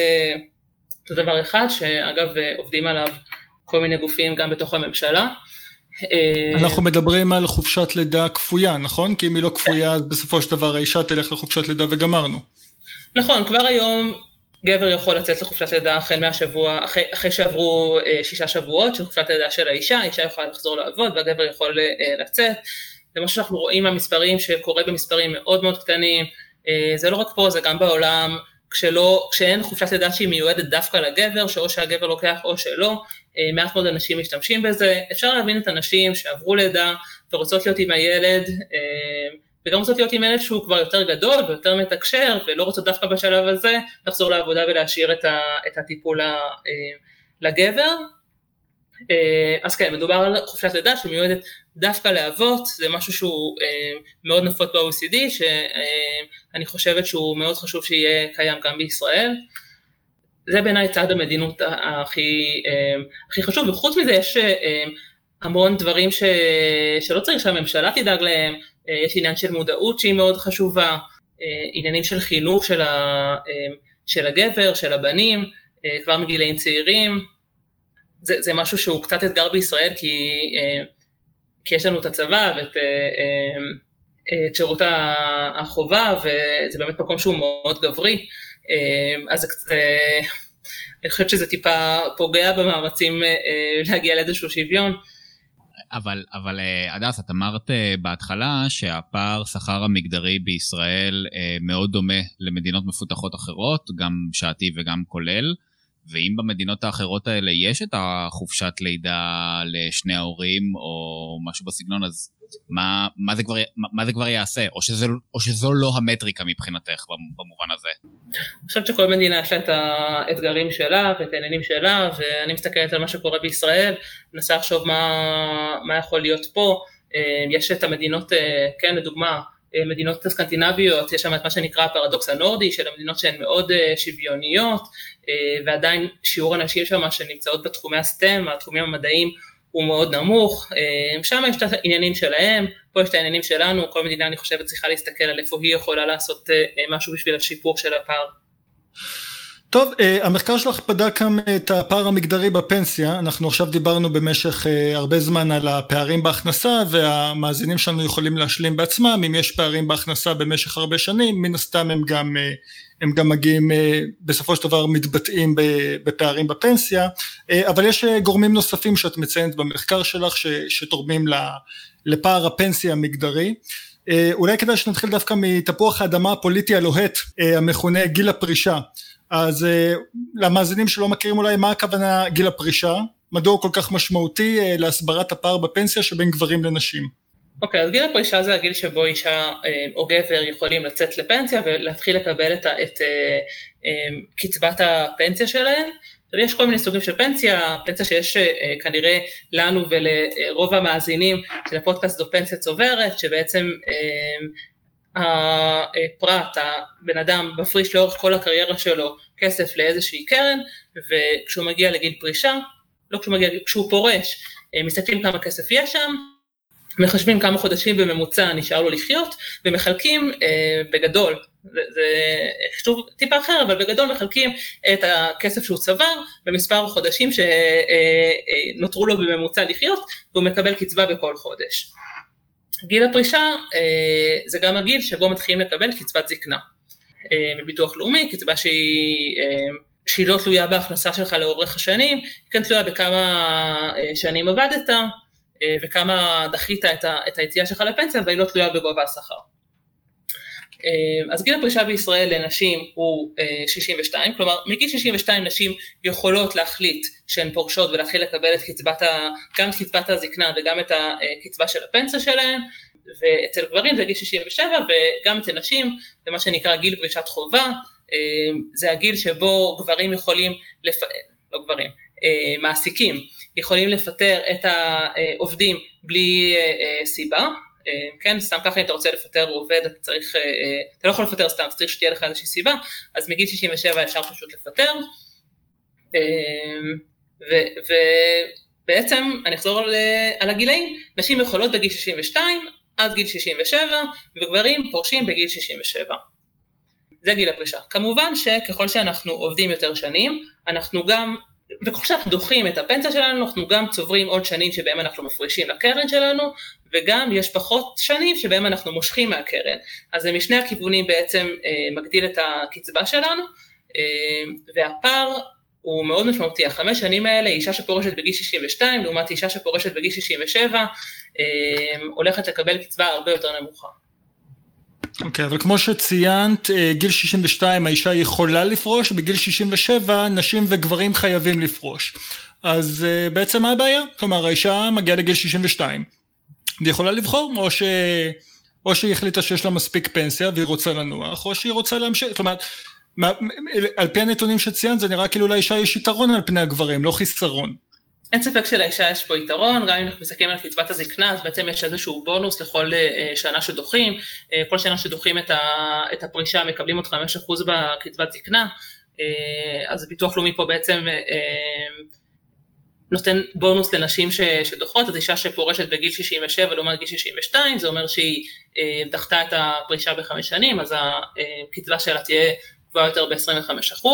זה דבר אחד, שאגב עובדים עליו כל מיני גופים גם בתוך הממשלה. אנחנו מדברים על חופשת לידה כפויה, נכון? כי אם היא לא כפויה, אז בסופו של דבר האישה תלך לחופשת לידה וגמרנו. נכון, כבר היום גבר יכול לצאת לחופשת לידה החל מהשבוע, אחרי שעברו 6 שבועות של חופשת לידה של האישה, האישה יכולה לחזור לעבוד והגבר יכול לצאת. זה מה שאנחנו רואים מהמספרים שקורה במספרים מאוד מאוד קטנים, זה לא רק פה, זה גם בעולם, כשאין חופשת לידה שהיא מיועדת דווקא לגבר, שאו שהגבר לוקח או שלא, מעט מאוד אנשים משתמשים בזה. אפשר להבין את הנשים שעברו לידה ורוצות להיות עם הילד, וגם רוצות להיות עם ילד שהוא כבר יותר גדול ויותר מתקשר, ולא רוצות דווקא בשלב הזה לחזור לעבודה ולהשאיר את הטיפול לגבר. אז כן, מדובר על חופשת לידה שמיועדת דווקא לאבות, זה משהו שהוא מאוד נפוץ ב-OECD, שאני חושבת שהוא מאוד חשוב שיהיה קיים גם בישראל. זה בעיניי צעד המדינות הכי חשוב, וחוץ מזה יש המון דברים שלא צריך שהממשלה תדאג להם, יש עניין של מודעות שהיא מאוד חשובה, עניינים של חינוך של הגבר, של הבנים, כבר מגילאים צעירים, זה משהו שהוא קצת אתגר בישראל, כי יש לנו את הצבא ואת שירות החובה, וזה באמת מקום שהוא מאוד גברי, אז אני חושבת שזה טיפה פוגע במאמצים להגיע לאיזשהו שוויון. אבל הדס, את אמרת בהתחלה שהפער שכר המגדרי בישראל מאוד דומה למדינות מפותחות אחרות, גם שעתי וגם כולל, ואם במדינות האחרות האלה יש את החופשת לידה לשני ההורים או משהו בסגנון, אז מה זה כבר יעשה? או שזו לא המטריקה מבחינתך במובן הזה? אני חושבת שכל מדינה יש לה את האתגרים שלה ואת העניינים שלה, ואני מסתכלת על מה שקורה בישראל, מנסה לחשוב מה יכול להיות פה. יש את המדינות, כן, לדוגמה, מדינות הסקנדינביות, יש שם את מה שנקרא הפרדוקס הנורדי, של המדינות שהן מאוד שוויוניות, ועדיין שיעור הנשים שם שנמצאות בתחומי הסטם, התחומים המדעיים, הוא מאוד נמוך, שם יש את העניינים שלהם, פה יש את העניינים שלנו, כל מדינה אני חושבת צריכה להסתכל על איפה היא יכולה לעשות משהו בשביל השיפור של הפער. טוב, המחקר שלך בדק גם את הפער המגדרי בפנסיה, אנחנו עכשיו דיברנו במשך הרבה זמן על הפערים בהכנסה, והמאזינים שלנו יכולים להשלים בעצמם, אם יש פערים בהכנסה במשך הרבה שנים, מן הסתם הם גם מגיעים, בסופו של דבר מתבטאים בפערים בפנסיה, אבל יש גורמים נוספים שאת מציינת במחקר שלך, שתורמים לפער הפנסיה המגדרי, אולי כדאי שנתחיל דווקא מתפוח האדמה הפוליטי הלוהט, המכונה גיל הפרישה, אז למאזינים שלא מכירים אולי מה הכוונה גיל הפרישה, מדוע הוא כל כך משמעותי להסברת הפער בפנסיה שבין גברים לנשים? אוקיי, אז גיל הפרישה זה הגיל שבו אישה או גבר יכולים לצאת לפנסיה ולהתחיל לקבל את קצבת הפנסיה שלהם. יש כל מיני סוגים של פנסיה שיש כנראה לנו ולרוב המאזינים של הפודקאסט זו פנסיה צוברת, שבעצם הפרט, הבן אדם מפריש לאורך כל הקריירה שלו כסף לאיזושהי קרן, וכשהוא מגיע לגיל פרישה, לא כשהוא פורש, מסתכלים כמה כסף יש שם, מחשבים כמה חודשים בממוצע נשאר לו לחיות, ומחלקים בגדול, זה חשוב טיפה אחר, אבל בגדול מחלקים את הכסף שהוא צבר, במספר חודשים שנותרו לו בממוצע לחיות, והוא מקבל קצבה בכל חודש. גיל הפרישה זה גם הגיל שבו מתחילים לקבל קצבת זקנה. בביטוח לאומי, קצבה שהיא לא תלויה בהכנסה שלך לאורך השנים, היא כן תלויה בכמה שנים עבדת, וכמה דחית את היציאה שלך לפנסיה, והיא לא תלויה בגובה השכר. אז גיל הפרישה בישראל לנשים הוא 62, כלומר מגיל 62 נשים יכולות להחליט שהן פורשות ולהתחיל לקבל גם את קצבת הזקנה וגם את הקצבה של הפנסיה שלהן, ואצל גברים זה גיל 67, וגם אצל נשים זה מה שנקרא גיל פרישת חובה, זה הגיל שבו גברים יכולים, לא גברים, מעסיקים יכולים לפטר את העובדים בלי סיבה, כן, סתם ככה אם אתה רוצה לפטר עובד, אתה לא יכול לפטר סתם, צריך שתהיה לך איזושהי סיבה, אז מגיל 67 אפשר פשוט לפטר, ובעצם אני אחזור על הגילאים, נשים יכולות בגיל 62 עד גיל 67, וגברים פורשים בגיל 67. זה גיל הפרישה. כמובן שככל שאנחנו עובדים יותר שנים, אנחנו גם, וככל שאנחנו דוחים את הפנסיה שלנו, אנחנו גם צוברים עוד שנים שבהם אנחנו מפרישים לקרן שלנו, וגם יש פחות שנים שבהם אנחנו מושכים מהקרן. אז זה משני הכיוונים בעצם מגדיל את הקצבה שלנו, והפער הוא מאוד משמעותי. 5 שנים האלה, אישה שפורשת בגיל 62, לעומת אישה שפורשת בגיל 67, הולכת לקבל קצבה הרבה יותר נמוכה. אוקיי, אבל כמו שציינת, גיל 62 האישה יכולה לפרוש, בגיל 67 נשים וגברים חייבים לפרוש. אז בעצם מה הבעיה? כלומר, האישה מגיעה לגיל 62, והיא יכולה לבחור, או שהיא החליטה שיש לה מספיק פנסיה והיא רוצה לנוח, או שהיא רוצה להמשיך, זאת אומרת, על פי הנתונים שציינת, זה נראה כאילו לאישה יש יתרון על פני הגברים, לא חיסרון. אין ספק שלאישה יש פה יתרון, גם אם אנחנו מסתכלים על קצבת הזקנה, אז בעצם יש איזשהו בונוס לכל שנה שדוחים, כל שנה שדוחים את הפרישה, מקבלים עוד 5% בקצבת זקנה, אז ביטוח לאומי פה בעצם נותן בונוס לנשים שדוחות, אז אישה שפורשת בגיל 67 לעומת גיל 62, זה אומר שהיא דחתה את הפרישה ב5 שנים, אז הקצבה שלה תהיה גבוהה יותר ב25%.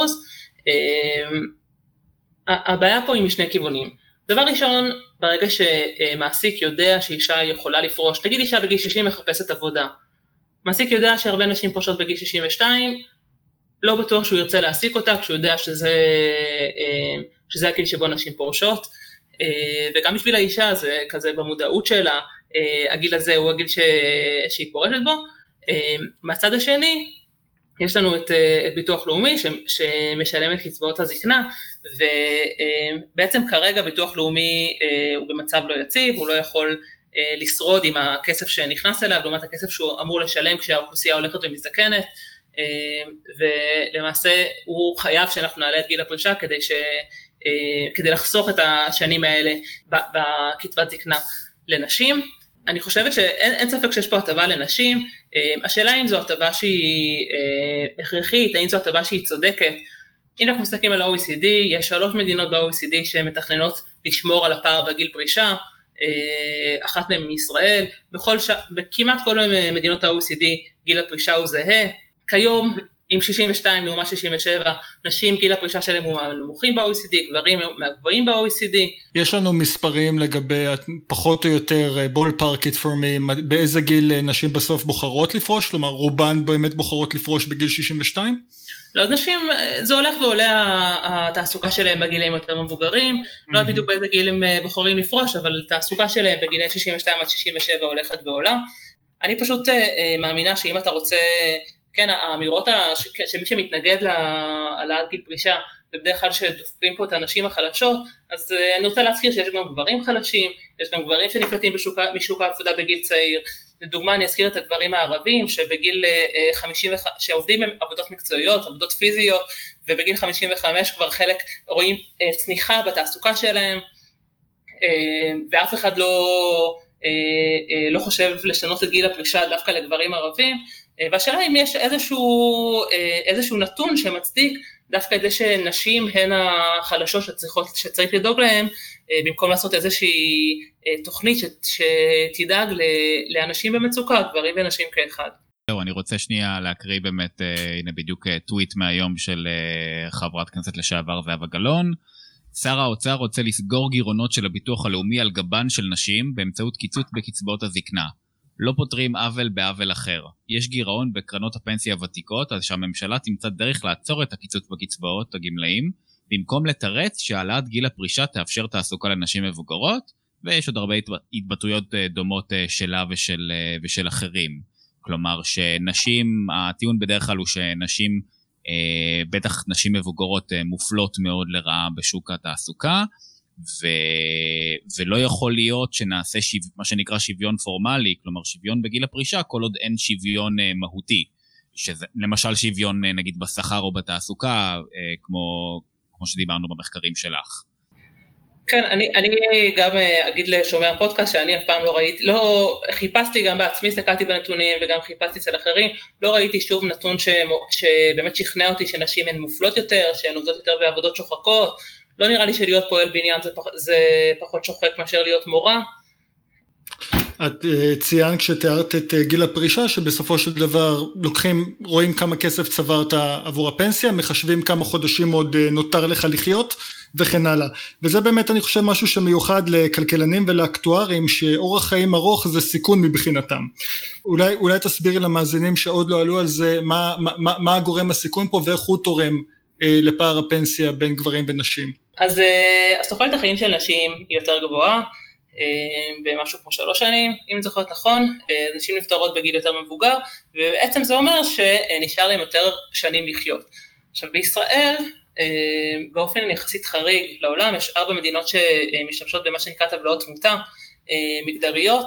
הבעיה פה היא משני כיוונים. דבר ראשון, ברגע שמעסיק יודע שאישה יכולה לפרוש, תגיד אישה בגיל 60 מחפשת עבודה, מעסיק יודע שהרבה נשים פורשות בגיל 62, לא בטוח שהוא ירצה להעסיק אותה, כשהוא יודע שזה הגיל שבו נשים פורשות, וגם בשביל האישה זה כזה במודעות שלה, הגיל הזה הוא הגיל שהיא פורשת בו. מהצד השני, יש לנו את ביטוח לאומי שמשלם את קצבאות הזקנה, ובעצם כרגע ביטוח לאומי הוא במצב לא יציב, הוא לא יכול לשרוד עם הכסף שנכנס אליו, לעומת הכסף שהוא אמור לשלם כשהאוכלוסייה הולכת ומזדקנת, ולמעשה הוא חייב שאנחנו נעלה את גיל הפרישה כדי לחסוך את השנים האלה בקצבת זקנה לנשים. אני חושבת שאין ספק שיש פה הטבה לנשים, השאלה אם זו הטבה שהיא הכרחית, האם זו הטבה שהיא צודקת. אם אנחנו מסתכלים על ה-OECD, יש 3 מדינות ב-OECD שמתכננות לשמור על הפער בגיל פרישה, אחת מהן מישראל, בכמעט כל מדינות ה-OECD גיל הפרישה הוא זהה, כיום עם 62 לעומת 67, נשים גיל הפרישה שלהם הוא מהנמוכים ב-OECD, גברים מהגבוהים ב-OECD. יש לנו מספרים לגבי פחות או יותר בול פארקיט פורמים, באיזה גיל נשים בסוף בוחרות לפרוש, כלומר רובן באמת בוחרות לפרוש בגיל 62? לא, אז נשים, זה הולך ועולה התעסוקה שלהם בגילים יותר מבוגרים, לא בדיוק באיזה גיל הם בוחרים לפרוש, אבל התעסוקה שלהם בגילי 62 עד 67 הולכת ועולה. אני פשוט מאמינה שאם אתה רוצה, כן, האמירות שמי שמתנגד להעלאת גיל פרישה, ובדרך כלל שדופקים פה את הנשים החלשות, אז אני רוצה להזכיר שיש גם גברים חלשים, יש גם גברים שנפלטים משוק העבודה בגיל צעיר. לדוגמה, אני אזכיר את הגברים הערבים, שבגיל 50, שעובדים עם עבודות מקצועיות, עבודות פיזיות, ובגיל 55 כבר חלק רואים צניחה בתעסוקה שלהם, ואף אחד לא חושב לשנות את גיל הפרישה דווקא לגברים ערבים, והשאלה אם יש איזשהו נתון שמצדיק דווקא את זה שנשים הן החלשות שצריך לדאוג להן, במקום לעשות איזושהי תוכנית שתדאג לאנשים במצוקה, גברים ונשים כאחד. אני רוצה שנייה להקריא באמת, הנה בדיוק טוויט מהיום של חברת כנסת לשעבר זהבה גלאון. שר האוצר רוצה לסגור גירעונות של הביטוח הלאומי על גבן של נשים באמצעות קיצוץ בקצבאות הזקנה. לא פותרים עוול בעוול אחר. יש גירעון בקרנות הפנסיה הוותיקות, אז שהממשלה תמצא דרך לעצור את הקיצוץ בקצבאות הגמלאים, במקום לתרץ שהעלאת גיל הפרישה תאפשר תעסוקה לנשים מבוגרות, ויש עוד הרבה התבטאויות דומות שלה ושל אחרים. כלומר שנשים, הטיעון בדרך כלל הוא שנשים, בטח נשים מבוגרות מופלות מאוד לרעה בשוק התעסוקה, ולא יכול להיות שנעשה מה שנקרא שוויון פורמלי, כלומר שוויון בגיל הפרישה, כל עוד אין שוויון מהותי, שזה למשל שוויון נגיד בשכר או בתעסוקה, כמו שדיברנו במחקרים שלך. כן, אני גם אגיד לשומע הפודקאסט שאני אף פעם לא ראיתי, לא חיפשתי גם בעצמי, הסתכלתי בנתונים וגם חיפשתי אצל אחרים, לא ראיתי שוב נתון שבאמת שכנע אותי שנשים הן מופלות יותר, שהן עובדות יותר בעבודות שוחקות, לא נראה לי שלהיות פועל בניין זה פחות שוחק מאשר להיות מורה. את ציינת כשתיארת את גיל הפרישה, שבסופו של דבר רואים כמה כסף צברת עבור הפנסיה, מחשבים כמה חודשים עוד נותר לך לחיות, וכן הלאה. וזה באמת אני חושב משהו שמיוחד לכלכלנים ולאקטוארים, שאורח חיים ארוך זה סיכון מבחינתם. אולי תסבירי למאזינים שעוד לא עלו על זה, מה הגורם הסיכון פה, ואיך הוא תורם לפער הפנסיה בין גברים ונשים. אז תוחלת החיים של נשים היא יותר גבוהה, במשהו כמו 3 שנים, אם אני זוכרת נכון, נשים נפטרות בגיל יותר מבוגר, ובעצם זה אומר שנשאר להם יותר שנים לחיות. עכשיו בישראל, באופן יחסית חריג לעולם, יש 4 מדינות שמשתמשות במה שנקרא טבלאות תמותה מגדריות,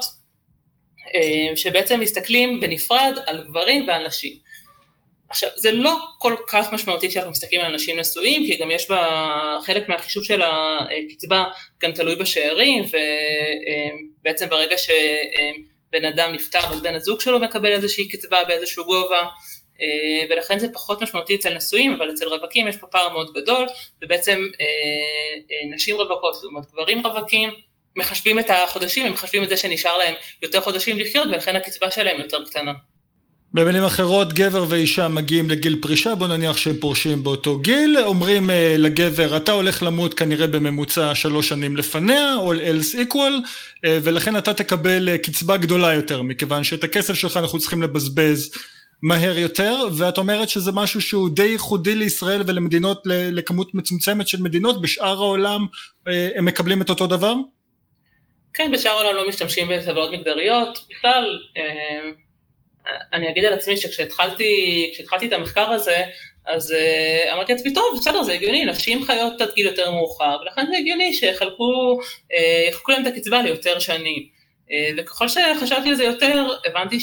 שבעצם מסתכלים בנפרד על גברים ועל נשים. עכשיו, זה לא כל כך משמעותי שאנחנו מסתכלים על אנשים נשואים, כי גם יש בה חלק מהחישוב של הקצבה גם תלוי בשארים, ובעצם ברגע שבן אדם נפטר, אז בן הזוג שלו מקבל איזושהי קצבה באיזשהו גובה, ולכן זה פחות משמעותי אצל נשואים, אבל אצל רווקים יש פה פער מאוד גדול, ובעצם נשים רווקות, זאת אומרת גברים רווקים, מחשבים את החודשים, הם מחשבים את זה שנשאר להם יותר חודשים לחיות, ולכן הקצבה שלהם יותר קטנה. במילים אחרות, גבר ואישה מגיעים לגיל פרישה, בוא נניח שהם פורשים באותו גיל, אומרים לגבר, אתה הולך למות כנראה בממוצע 3 שנים לפניה, all else equal, ולכן אתה תקבל קצבה גדולה יותר, מכיוון שאת הכסף שלך אנחנו צריכים לבזבז מהר יותר, ואת אומרת שזה משהו שהוא די ייחודי לישראל ולמדינות, לכמות מצומצמת של מדינות, בשאר העולם הם מקבלים את אותו דבר? כן, בשאר העולם לא משתמשים בטבלאות מגדריות, בכלל, אני אגיד על עצמי שכשהתחלתי את המחקר הזה, אז אמרתי לעצמי, טוב, בסדר, זה הגיוני, נשים חיות עד גיל יותר מאוחר, ולכן זה הגיוני שיחלקו להם את הקצבה ליותר שנים. וככל שחשבתי על זה יותר, הבנתי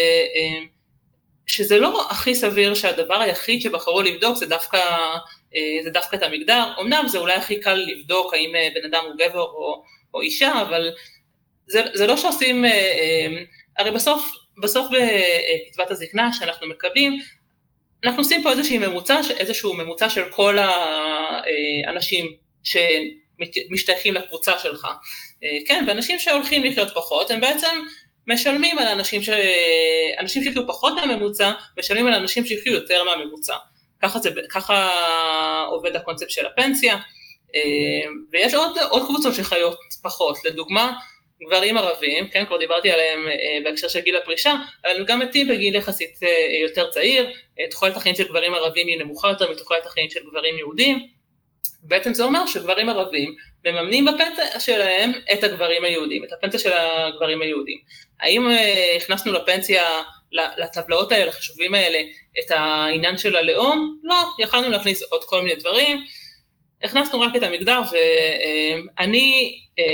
שזה לא הכי סביר שהדבר היחיד שבחרו לבדוק זה דווקא את המגדר. אמנם זה אולי הכי קל לבדוק האם בן אדם הוא גבר או אישה, אבל זה לא שעושים, הרי בסוף בקצבת הזקנה שאנחנו מקבלים, אנחנו עושים פה איזשהו ממוצע של כל האנשים שמשתייכים לקבוצה שלך. כן, ואנשים שהולכים לחיות פחות, הם בעצם משלמים על אנשים שיחיו פחות מהממוצע, משלמים על אנשים שיחיו יותר מהממוצע. ככה עובד הקונספט של הפנסיה, ויש עוד קבוצות שחיות פחות, לדוגמה, גברים ערבים, כן, כבר דיברתי עליהם בהקשר של גיל הפרישה, אבל הם גם מתים בגיל יחסית יותר צעיר, תוחלת החיים של גברים ערבים היא נמוכה יותר מתוחלת החיים של גברים יהודים, בעצם זה אומר שגברים ערבים מממנים בפנסיה שלהם את הגברים היהודים, את הפנסיה של הגברים היהודים. האם הכנסנו לפנסיה, לטבלאות האלה, לחשובים האלה, את העניין של הלאום? לא, יכולנו להכניס עוד כל מיני דברים, הכנסנו רק את המגדר, ואני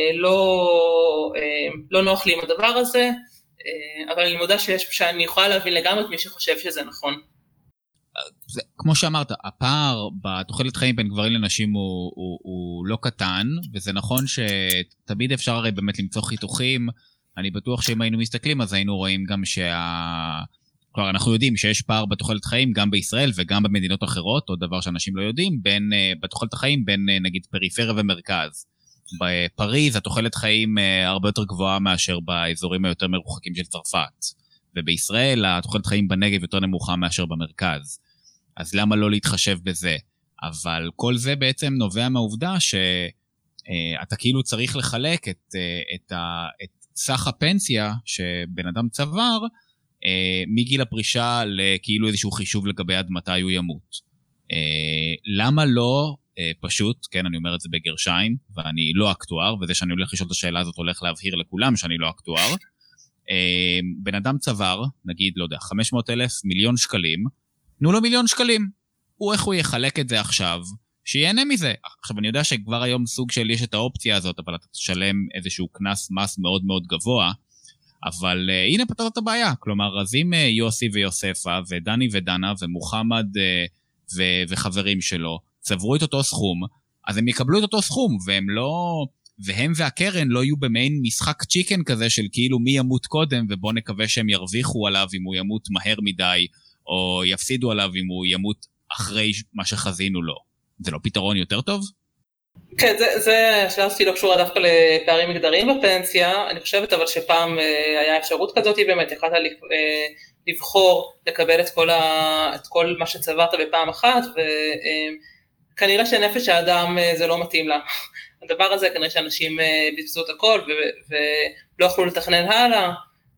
לא נוח לי עם הדבר הזה, אבל אני מודה שאני יכולה להבין לגמרי את מי שחושב שזה נכון. כמו שאמרת, הפער בתוחלת חיים בין גברים לנשים הוא לא קטן, וזה נכון שתמיד אפשר הרי באמת למצוא חיתוכים. אני בטוח שאם היינו מסתכלים, אז היינו רואים גם כלומר, אנחנו יודעים שיש פער בתוחלת חיים גם בישראל וגם במדינות אחרות, עוד דבר שאנשים לא יודעים, בתוחלת החיים בין נגיד פריפריה ומרכז. בפריז התוחלת חיים הרבה יותר גבוהה מאשר באזורים היותר מרוחקים של צרפת, ובישראל התוחלת חיים בנגב יותר נמוכה מאשר במרכז. אז למה לא להתחשב בזה? אבל כל זה בעצם נובע מהעובדה שאתה כאילו צריך לחלק את סך הפנסיה שבן אדם צבר, מגיל הפרישה לכאילו איזשהו חישוב לגבי עד מתי הוא ימות. למה לא פשוט, כן, אני אומר את זה בגרשיים, ואני לא אקטואר, וזה שאני הולך לשאול את השאלה הזאת הולך להבהיר לכולם שאני לא אקטואר. בן אדם צבר, נגיד, לא יודע, 500,000 מיליון שקלים, תנו לו מיליון שקלים. איך הוא יחלק את זה עכשיו, שיהנה מזה. עכשיו, אני יודע שכבר היום סוג של יש את האופציה הזאת, אבל אתה תשלם איזשהו כנס מס מאוד מאוד גבוה, אבל הנה פתרת את הבעיה. כלומר, אז אם יוסי ויוספה, ודני ודנה, ומוחמד וחברים שלו, צברו את אותו סכום, אז הם יקבלו את אותו סכום, והם והקרן לא יהיו במעין משחק צ'יקן כזה של כאילו מי ימות קודם, ובוא נקווה שהם ירוויחו עליו אם הוא ימות מהר מדי, או יפסידו עליו אם הוא ימות אחרי מה שחזינו לו. זה לא פתרון יותר טוב? כן, השאלה שלי לא קשורה דווקא לפערים מגדריים בפנסיה, אני חושבת אבל שפעם היה אפשרות כזאת, באמת יכולת לבחור לקבל את כל מה שצברת בפעם אחת, וכנראה שנפש האדם זה לא מתאים לה. הדבר הזה כנראה שאנשים בזבזו את הכל ולא יכלו לתכנן הלאה,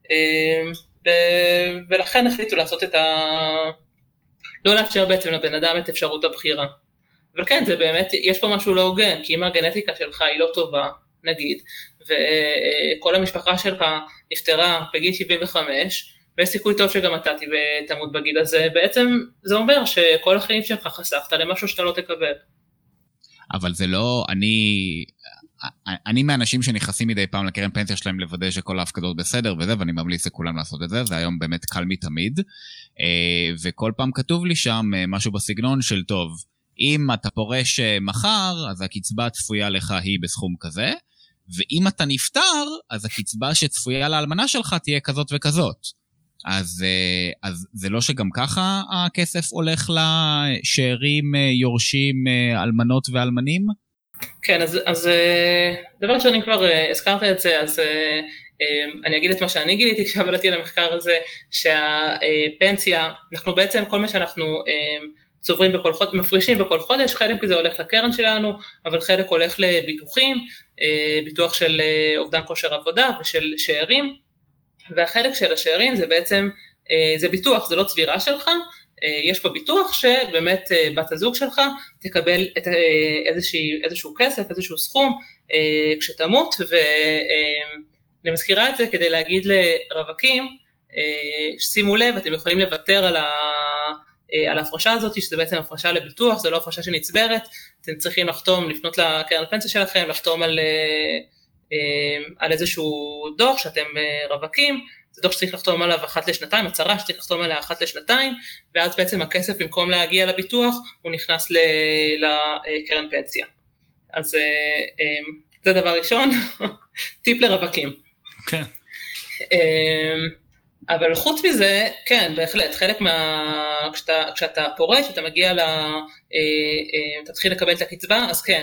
ולכן החליטו לעשות לא לאפשר בעצם לבן אדם את אפשרות הבחירה. אבל כן, זה באמת, יש פה משהו לא הוגן, כי אם הגנטיקה שלך היא לא טובה, נגיד, וכל המשפחה שלך נפטרה בגיל 75, ויש סיכוי טוב שגם אתה תמות בגיל הזה, בעצם זה אומר שכל החיים שלך חסכת למשהו שאתה לא תקבל. אבל זה לא, אני מהאנשים שנכנסים מדי פעם לקרן פנסיה שלהם לוודא שכל ההפקדות בסדר וזה, ואני ממליץ לכולם לעשות את זה, זה היום באמת קל מתמיד, וכל פעם כתוב לי שם משהו בסגנון של טוב, אם אתה פורש מחר, אז הקצבה הצפויה לך היא בסכום כזה, ואם אתה נפטר, אז הקצבה שצפויה לאלמנה שלך תהיה כזאת וכזאת. אז זה לא שגם ככה הכסף הולך לשארים, יורשים, אלמנות ואלמנים? כן, אז דבר שאני כבר הזכרת את זה, אז אני אגיד את מה שאני גיליתי כשעבדתי על המחקר הזה, שהפנסיה, אנחנו בעצם כל מה שאנחנו צוברים בכל חודש, מפרישים בכל חודש, חלק כזה הולך לקרן שלנו, אבל חלק הולך לביטוחים, ביטוח של אובדן כושר עבודה ושל שארים, והחלק של השארים זה בעצם, זה ביטוח, זה לא צבירה שלך, יש פה ביטוח שבאמת בת הזוג שלך תקבל איזשהו כסף, איזשהו סכום כשתמות, ואני מזכירה את זה כדי להגיד לרווקים, שימו לב, אתם יכולים לוותר על ההפרשה הזאת, שזה בעצם הפרשה לביטוח, זה לא הפרשה שנצברת, אתם צריכים לפנות לקרן הפנסיה שלכם, לחתום על על איזשהו דוח שאתם רווקים, זה דוח שצריך לחתום עליו אחת לשנתיים, הצהרה שצריך לחתום עליה אחת לשנתיים, ואז בעצם הכסף במקום להגיע לביטוח, הוא נכנס לקרן פנסיה. אז זה דבר ראשון, טיפ לרווקים. כן. אבל חוץ מזה, כן, בהחלט, חלק כשאתה פורש, אתה מגיע תתחיל לקבל את הקצבה, אז כן,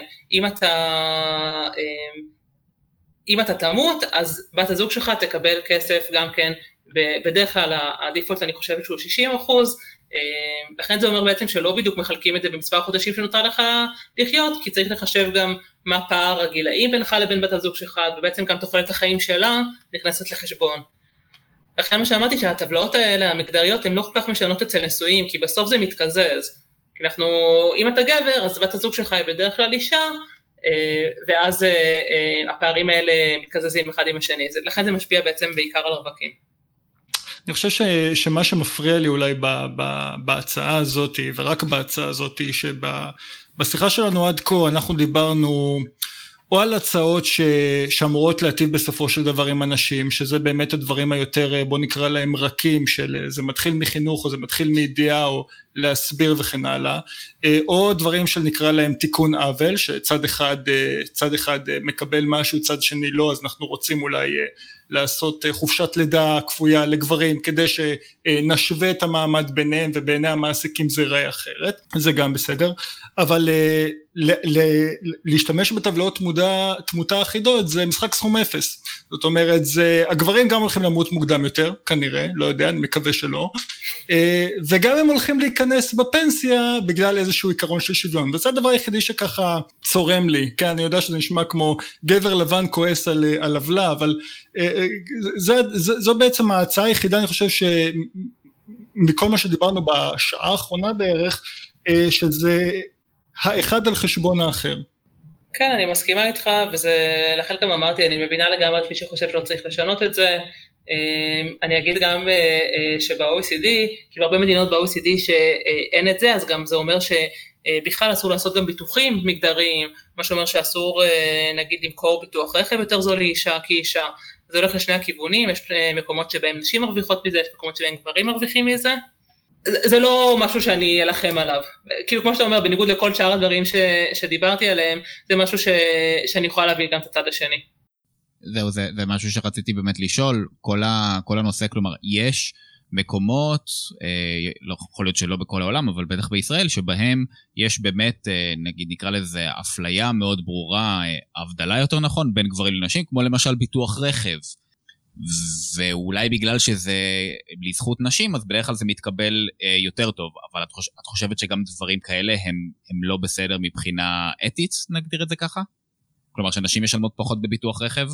אם אתה תמות, אז בת הזוג שלך תקבל כסף גם כן, בדרך כלל הדיפולט אני חושבת שהוא 60%, לכן זה אומר בעצם שלא בדיוק מחלקים את זה במספר חודשים שנותר לך לחיות, כי צריך לחשב גם מה פער הגילאים בינך לבין בת הזוג שלך, ובעצם גם תוחלת החיים שלה נכנסת לחשבון. לכן מה שאמרתי שהטבלאות האלה, המגדריות, הן לא כל כך משנות אצל נשואים, כי בסוף זה מתקזז. כי אם אתה גבר, אז בת הזוג שלך היא בדרך כלל אישה, ואז הפערים האלה מתקזזים אחד עם השני. לכן זה משפיע בעצם בעיקר על הרווקים. אני חושב שמה שמפריע לי אולי בהצעה הזאת, ורק בהצעה הזאת, שבשיחה שלנו עד כה אנחנו דיברנו או על הצעות שאמורות להטיב בסופו של דבר עם אנשים, שזה באמת הדברים היותר, בוא נקרא להם רכים, של זה מתחיל מחינוך, או זה מתחיל מידיעה, או להסביר וכן הלאה, או דברים של נקרא להם תיקון עוול, שצד אחד מקבל משהו, צד שני לא, אז אנחנו רוצים אולי לעשות חופשת לידה כפויה לגברים, כדי שנשווה את המעמד ביניהם, ובעיני המעסיקים זה ראה אחרת, זה גם בסדר, אבל להשתמש בטבלאות תמותה אחידות, זה משחק סכום אפס, זאת אומרת, הגברים גם הולכים למות מוקדם יותר, כנראה, לא יודע, אני מקווה שלא, וגם הם הולכים להיכנס בפנסיה, בגלל איזשהו עיקרון של שוויון, וזה הדבר היחידי שככה צורם לי, כן, אני יודע שזה נשמע כמו גבר לבן כועס על עוולה, אבל זו בעצם ההצעה היחידה, אני חושב שמכל מה שדיברנו בשעה האחרונה בערך, שזה האחד על חשבון האחר. כן, אני מסכימה איתך, ולכן גם אמרתי, אני מבינה לגמרי את מי שחושב שלא צריך לשנות את זה, אני אגיד גם שב-OECD, כי בהרבה מדינות ב-OECD שאין את זה, אז גם זה אומר שבכלל אסור לעשות גם ביטוחים מגדריים, מה שאומר שאסור נגיד למכור ביטוח רכב יותר זול לאישה כאישה, זה הולך לשני הכיוונים, יש מקומות שבהם נשים מרוויחות מזה, יש מקומות שבהם גברים מרוויחים מזה, זה לא משהו שאני אלחם עליו, כאילו כמו שאתה אומר, בניגוד לכל שאר הדברים שדיברתי עליהם, זה משהו שאני יכולה להביא גם את הצד השני. זהו, זה משהו שרציתי באמת לשאול, כל הנושא, כלומר, יש מקומות, לא יכול להיות שלא בכל העולם, אבל בטח בישראל, שבהם יש באמת, נגיד נקרא לזה, אפליה מאוד ברורה, הבדלה יותר נכון, בין גברים לנשים, כמו למשל ביטוח רכב, ואולי בגלל שזה לזכות נשים, אז בדרך כלל זה מתקבל יותר טוב, אבל את חושבת שגם דברים כאלה הם לא בסדר מבחינה אתית, נגדיר את זה ככה? כלומר, שנשים משלמות פחות בביטוח רכב?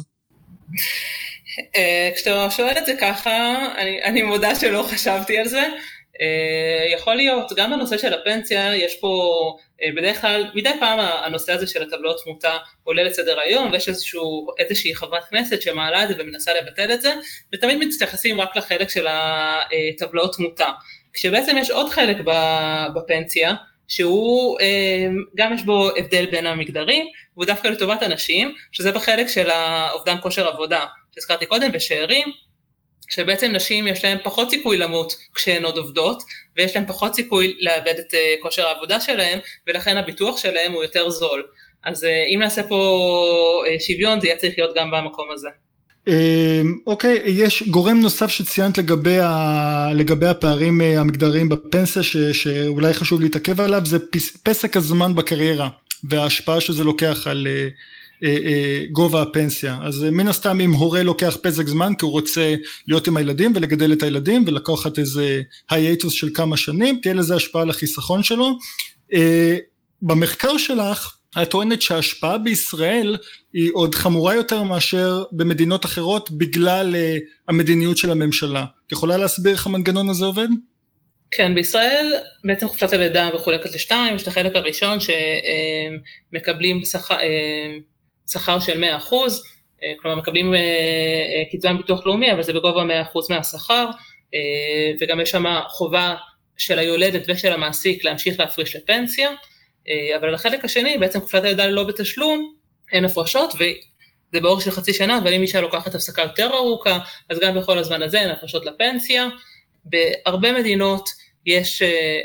כשאתה שואל את זה ככה, אני מודה שלא חשבתי על זה, יכול להיות, גם בנושא של הפנסיה, יש פה בדרך כלל, מדי פעם הנושא הזה של הטבלאות תמותה עולה לסדר היום, ויש איזושהי חברת כנסת שמעלה את זה ומנסה לבטל את זה, ותמיד מתייחסים רק לחלק של הטבלאות תמותה, כשבעצם יש עוד חלק בפנסיה, שהוא גם יש בו הבדל בין המגדרים, והוא דווקא לטובת אנשים, שזה בחלק של האובדן כושר עבודה, שהזכרתי קודם, ושארים, שבעצם נשים יש להם פחות סיכוי למות כשהן עוד עובדות, ויש להם פחות סיכוי לאבד את כושר העבודה שלהם, ולכן הביטוח שלהם הוא יותר זול. אז אם נעשה פה שוויון, זה יהיה צריך להיות גם במקום הזה. אוקיי, יש גורם נוסף שציינת לגבי הפערים המגדריים בפנסיה, שאולי חשוב להתעכב עליו, זה פסק הזמן בקריירה, וההשפעה שזה לוקח על גובה הפנסיה. אז מן הסתם אם הורה לוקח פסק זמן, כי הוא רוצה להיות עם הילדים ולגדל את הילדים, ולקחת איזה הייטוס של כמה שנים, תהיה לזה השפעה על החיסכון שלו. במחקר שלך, את טוענת שההשפעה בישראל היא עוד חמורה יותר מאשר במדינות אחרות, בגלל המדיניות של הממשלה. את יכולה להסביר איך המנגנון הזה עובד? כן, בישראל בעצם חופשת הלידה מחולקת לשתיים, יש את החלק הראשון שמקבלים שכר של 100%, כלומר מקבלים קצבה מביטוח לאומי, אבל זה בגובה 100% מהשכר, וגם יש שם חובה של היולדת ושל המעסיק להמשיך להפריש לפנסיה, אבל לחלק השני בעצם חופשת הלידה לא בתשלום, אין הפרשות, זה באורך של חצי שנה, אבל אם אישה לוקחת הפסקה יותר ארוכה, אז גם בכל הזמן הזה הן הפרשות לפנסיה. בהרבה מדינות יש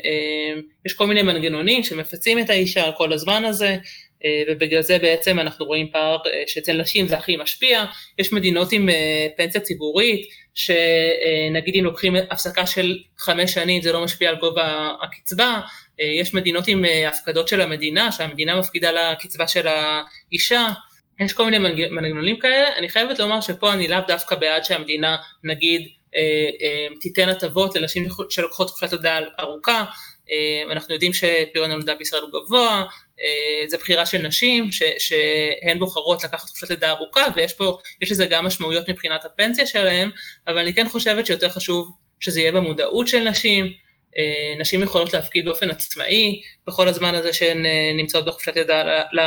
כל מיני מנגנונים שמפצים את האישה על כל הזמן הזה, ובגלל זה בעצם אנחנו רואים פער שאצל נשים זה הכי משפיע. יש מדינות עם פנסיה ציבורית, שנגיד אם לוקחים הפסקה של 5 שנים, זה לא משפיע על גובה הקצבה. יש מדינות עם הפקדות של המדינה, שהמדינה מפקידה לקצבה של האישה. יש כל מיני מנגנונים כאלה. אני חייבת לומר שפה אני לאו דווקא בעד שהמדינה, נגיד, תיתן הטבות לנשים שלוקחות חופשת לידה ארוכה. אנחנו יודעים שפריון הלידה בישראל הוא גבוה, זה בחירה של נשים שהן בוחרות לקחת חופשת לידה ארוכה, ויש לזה גם משמעויות מבחינת הפנסיה שלהם, אבל אני כן חושבת שיותר חשוב שזה יהיה במודעות של נשים. נשים יכולות להפקיד באופן עצמאי בכל הזמן הזה שהן נמצאות בחופשת לידה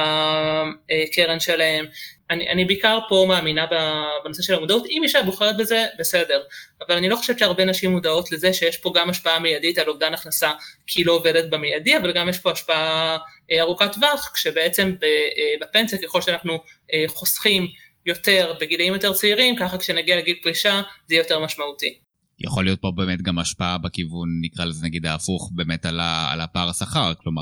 לקרן שלהם. אני בעיקר פה מאמינה בנושא של המודעות. אם אישה בוחרת בזה, בסדר, אבל אני לא חושבת שהרבה נשים מודעות לזה שיש פה גם השפעה מיידית על אובדן הכנסה, כי היא לא עובדת במיידי, אבל גם יש פה השפעה ארוכת טווח, כשבעצם בפנסיה, ככל שאנחנו חוסכים יותר בגילאים יותר צעירים, ככה כשנגיע לגיל פרישה, זה יותר משמעותי. יכול להיות פה באמת גם השפעה בכיוון, נקרא לזה נגיד ההפוך, באמת על הפער השכר, כלומר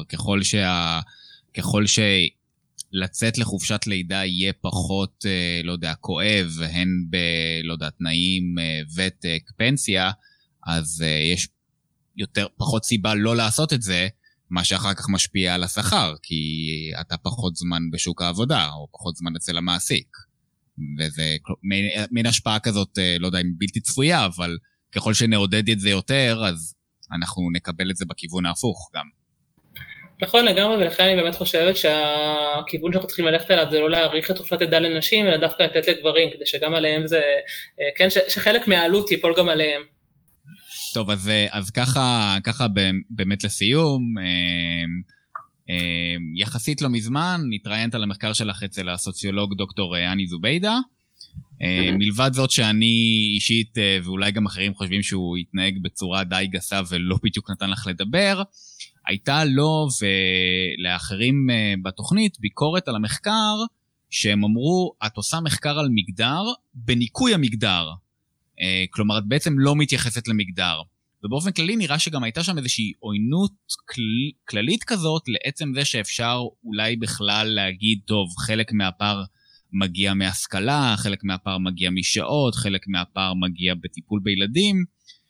ככל שלצאת לחופשת לידה יהיה פחות, לא יודע, כואב, הן לא יודע, תנאים, ותק, פנסיה, אז יש פחות סיבה לא לעשות את זה, מה שאחר כך משפיע על השכר, כי אתה פחות זמן בשוק העבודה, או פחות זמן אצל המעסיק. וזה מין השפעה כזאת, לא יודע אם בלתי צפויה, אבל ככל שנעודד את זה יותר, אז אנחנו נקבל את זה בכיוון ההפוך גם. נכון לגמרי, ולכן אני באמת חושבת שהכיוון שאנחנו צריכים ללכת אליו זה לא להאריך את חופשת לידה לנשים, אלא דווקא לתת לגברים, כדי שגם עליהם זה, כן, שחלק מהעלות ייפול גם עליהם. טוב, אז ככה באמת לסיום, יחסית לא מזמן, התראיינת על המחקר שלך אצל הסוציולוג דוקטור אני זוביידה, מלבד זאת שאני אישית, ואולי גם אחרים חושבים שהוא התנהג בצורה די גסה ולא בדיוק נתן לך לדבר, הייתה לו ולאחרים בתוכנית ביקורת על המחקר, שהם אמרו, את עושה מחקר על מגדר בניקוי המגדר, כלומר את בעצם לא מתייחסת למגדר, ובאופן כללי נראה שגם הייתה שם איזושהי עוינות כללית כזאת, לעצם זה שאפשר אולי בכלל להגיד, טוב, חלק מהפער מגיע מהשכלה, חלק מהפער מגיע משעות, חלק מהפער מגיע בטיפול בילדים.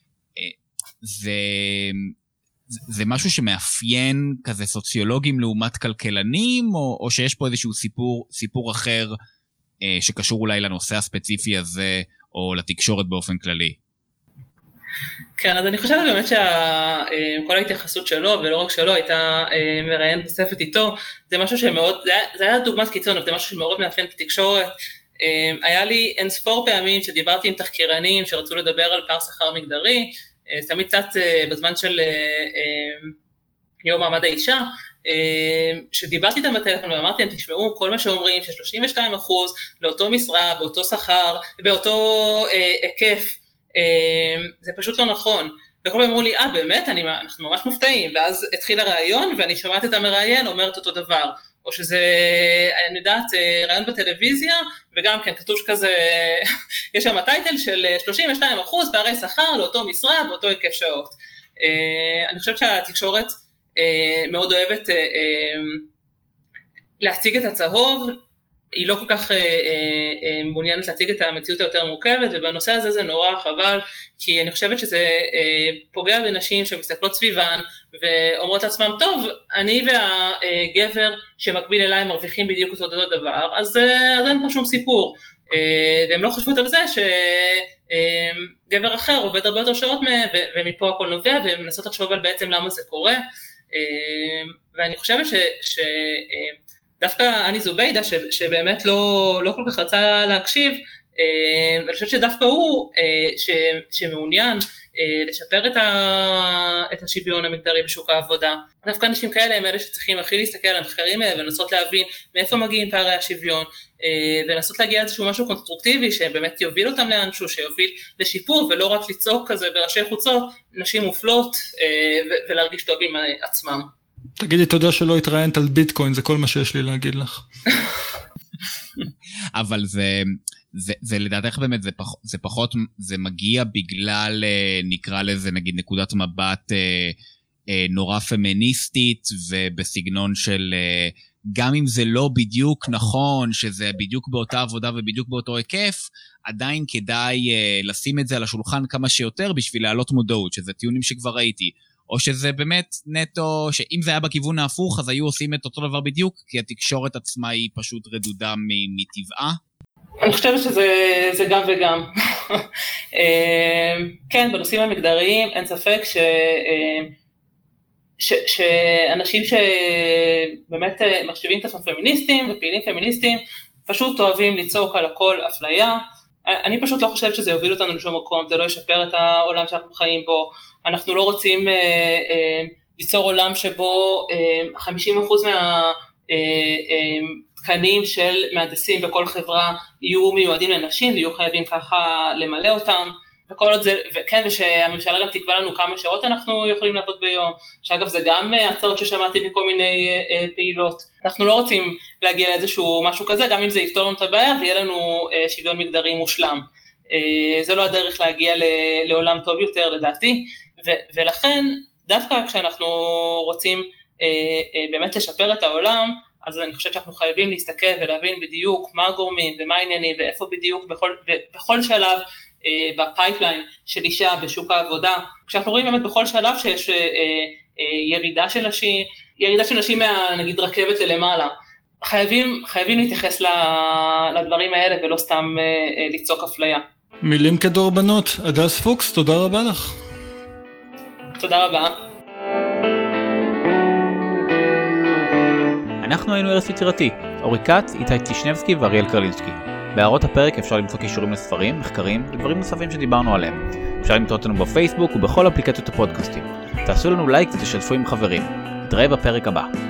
זה משהו שמאפיין כזה סוציולוגים לעומת כלכלנים, או שיש פה איזשהו סיפור אחר שקשור אולי לנושא הספציפי הזה, או לתקשורת באופן כללי? כן, אז אני חושבת באמת שכל ההתייחסות שלו, ולא רק שלו, הייתה מראיין בספת איתו, זה משהו שמאוד, זה היה דוגמת קיצון, אבל זה משהו שמאוד מאפיין את התקשורת. היה לי אין ספור פעמים שדיברתי עם תחקירנים שרצו לדבר על פער שכר מגדרי, תמיד קצת בזמן של יום מעמד האישה, שדיברתי איתם בטלפון ואמרתי להם, תשמעו, כל מה שאומרים ש32% לאותו משרה, באותו שכר, באותו היקף, זה פשוט לא נכון. וכל פעם אמרו לי, באמת, אנחנו ממש מופתעים, ואז התחיל הרעיון, ואני שומעת את המראיין אומרת אותו דבר, או שזה, אני יודעת, רעיון בטלוויזיה, וגם כן כתוב כזה, יש שם הטייטל של 32% פערי שכר לאותו משרה, באותו היקף שעות. אני חושבת שהתקשורת מאוד אוהבת להציג את הצהוב, היא לא כל כך מעוניינת להציג את המציאות היותר מורכבת, ובנושא הזה זה נורא חבל, כי אני חושבת שזה פוגע בנשים שמסתכלות סביבן, ואומרות לעצמם, טוב, אני והגבר שמקביל אליי מרוויחים בדיוק אותו דבר, אז אין פה שום סיפור, והם לא חושבות על זה שגבר אחר עובד הרבה יותר שעות מהם, ומפה הכל נובע, והם מנסות לחשוב על בעצם למה זה קורה, ואני חושבת דווקא אני זוביידה, שבאמת לא כל כך רצה להקשיב, ואני חושבת שדווקא הוא, שמעוניין לשפר את השוויון המגדרי בשוק העבודה. דווקא אנשים כאלה הם אלה שצריכים הכי להסתכל על המחקרים האלה, ולנסות להבין מאיפה מגיעים פערי השוויון, ולנסות להגיע איזשהו משהו קונסטרוקטיבי, שבאמת יוביל אותם לאנשהו, שיוביל לשיפור, ולא רק לצעוק כזה בראשי חוצות, נשים מופלות, ולהרגיש טוב עם עצמם. תגידי תודה שלא התראיינת על ביטקוין, זה כל מה שיש לי להגיד לך. אבל זה לדעתך באמת, זה פחות, זה מגיע בגלל, נקרא לזה נגיד נקודת מבט נורא פמיניסטית, ובסגנון של, גם אם זה לא בדיוק נכון, שזה בדיוק באותה עבודה ובדיוק באותו היקף, עדיין כדאי לשים את זה על השולחן כמה שיותר בשביל להעלות מודעות, שזה טיעונים שכבר ראיתי. או שזה באמת נטו, שאם זה היה בכיוון ההפוך, אז היו עושים את אותו דבר בדיוק, כי התקשורת עצמה היא פשוט רדודה מטבעה. אני חושבת שזה גם וגם. כן, בנושאים המגדריים אין ספק שאנשים שבאמת מחשיבים את עצמם פמיניסטים ופעילים פמיניסטים, פשוט אוהבים לצעוק על הכל אפליה. אני פשוט לא חושבת שזה יוביל אותנו לשום מקום, זה לא ישפר את העולם שאנחנו חיים בו. אנחנו לא רוצים ליצור עולם שבו 50% מהתקנים של מהנדסים בכל חברה יהיו מיועדים לנשים, ויהיו חייבים ככה למלא אותם, וכל עוד זה, וכן, ושהממשלה גם תקבע לנו כמה שעות אנחנו יכולים לעבוד ביום, שאגב זה גם הצעות ששמעתי מכל מיני פעילות. אנחנו לא רוצים להגיע לאיזשהו משהו כזה, גם אם זה יפתור לנו את הבעיה, ויהיה לנו שוויון מגדרי מושלם. זה לא הדרך להגיע לעולם טוב יותר לדעתי, ולכן דווקא כשאנחנו רוצים באמת לשפר את העולם, אז אני חושבת שאנחנו חייבים להסתכל ולהבין בדיוק מה הגורמים ומה העניינים ואיפה בדיוק בכל שלב בפייפליין של אישה בשוק העבודה. כשאנחנו רואים באמת בכל שלב שיש ירידה של נשים נגיד רכבת למעלה, חייבים להתייחס לדברים האלה ולא סתם לצעוק אפליה. מילים כדורבנות. הדס פוקס, תודה רבה לך. תודה רבה. אנחנו היינו ארץ יצירתי, אורי קץ, איתי טישנבסקי ואריאל קרלינסקי. בהערות הפרק אפשר למצוא קישורים לספרים, מחקרים ודברים נוספים שדיברנו עליהם. אפשר למצוא אותנו בפייסבוק ובכל אפליקציות הפודקאסטים. תעשו לנו לייק ותשתפו עם חברים. נתראה בפרק הבא.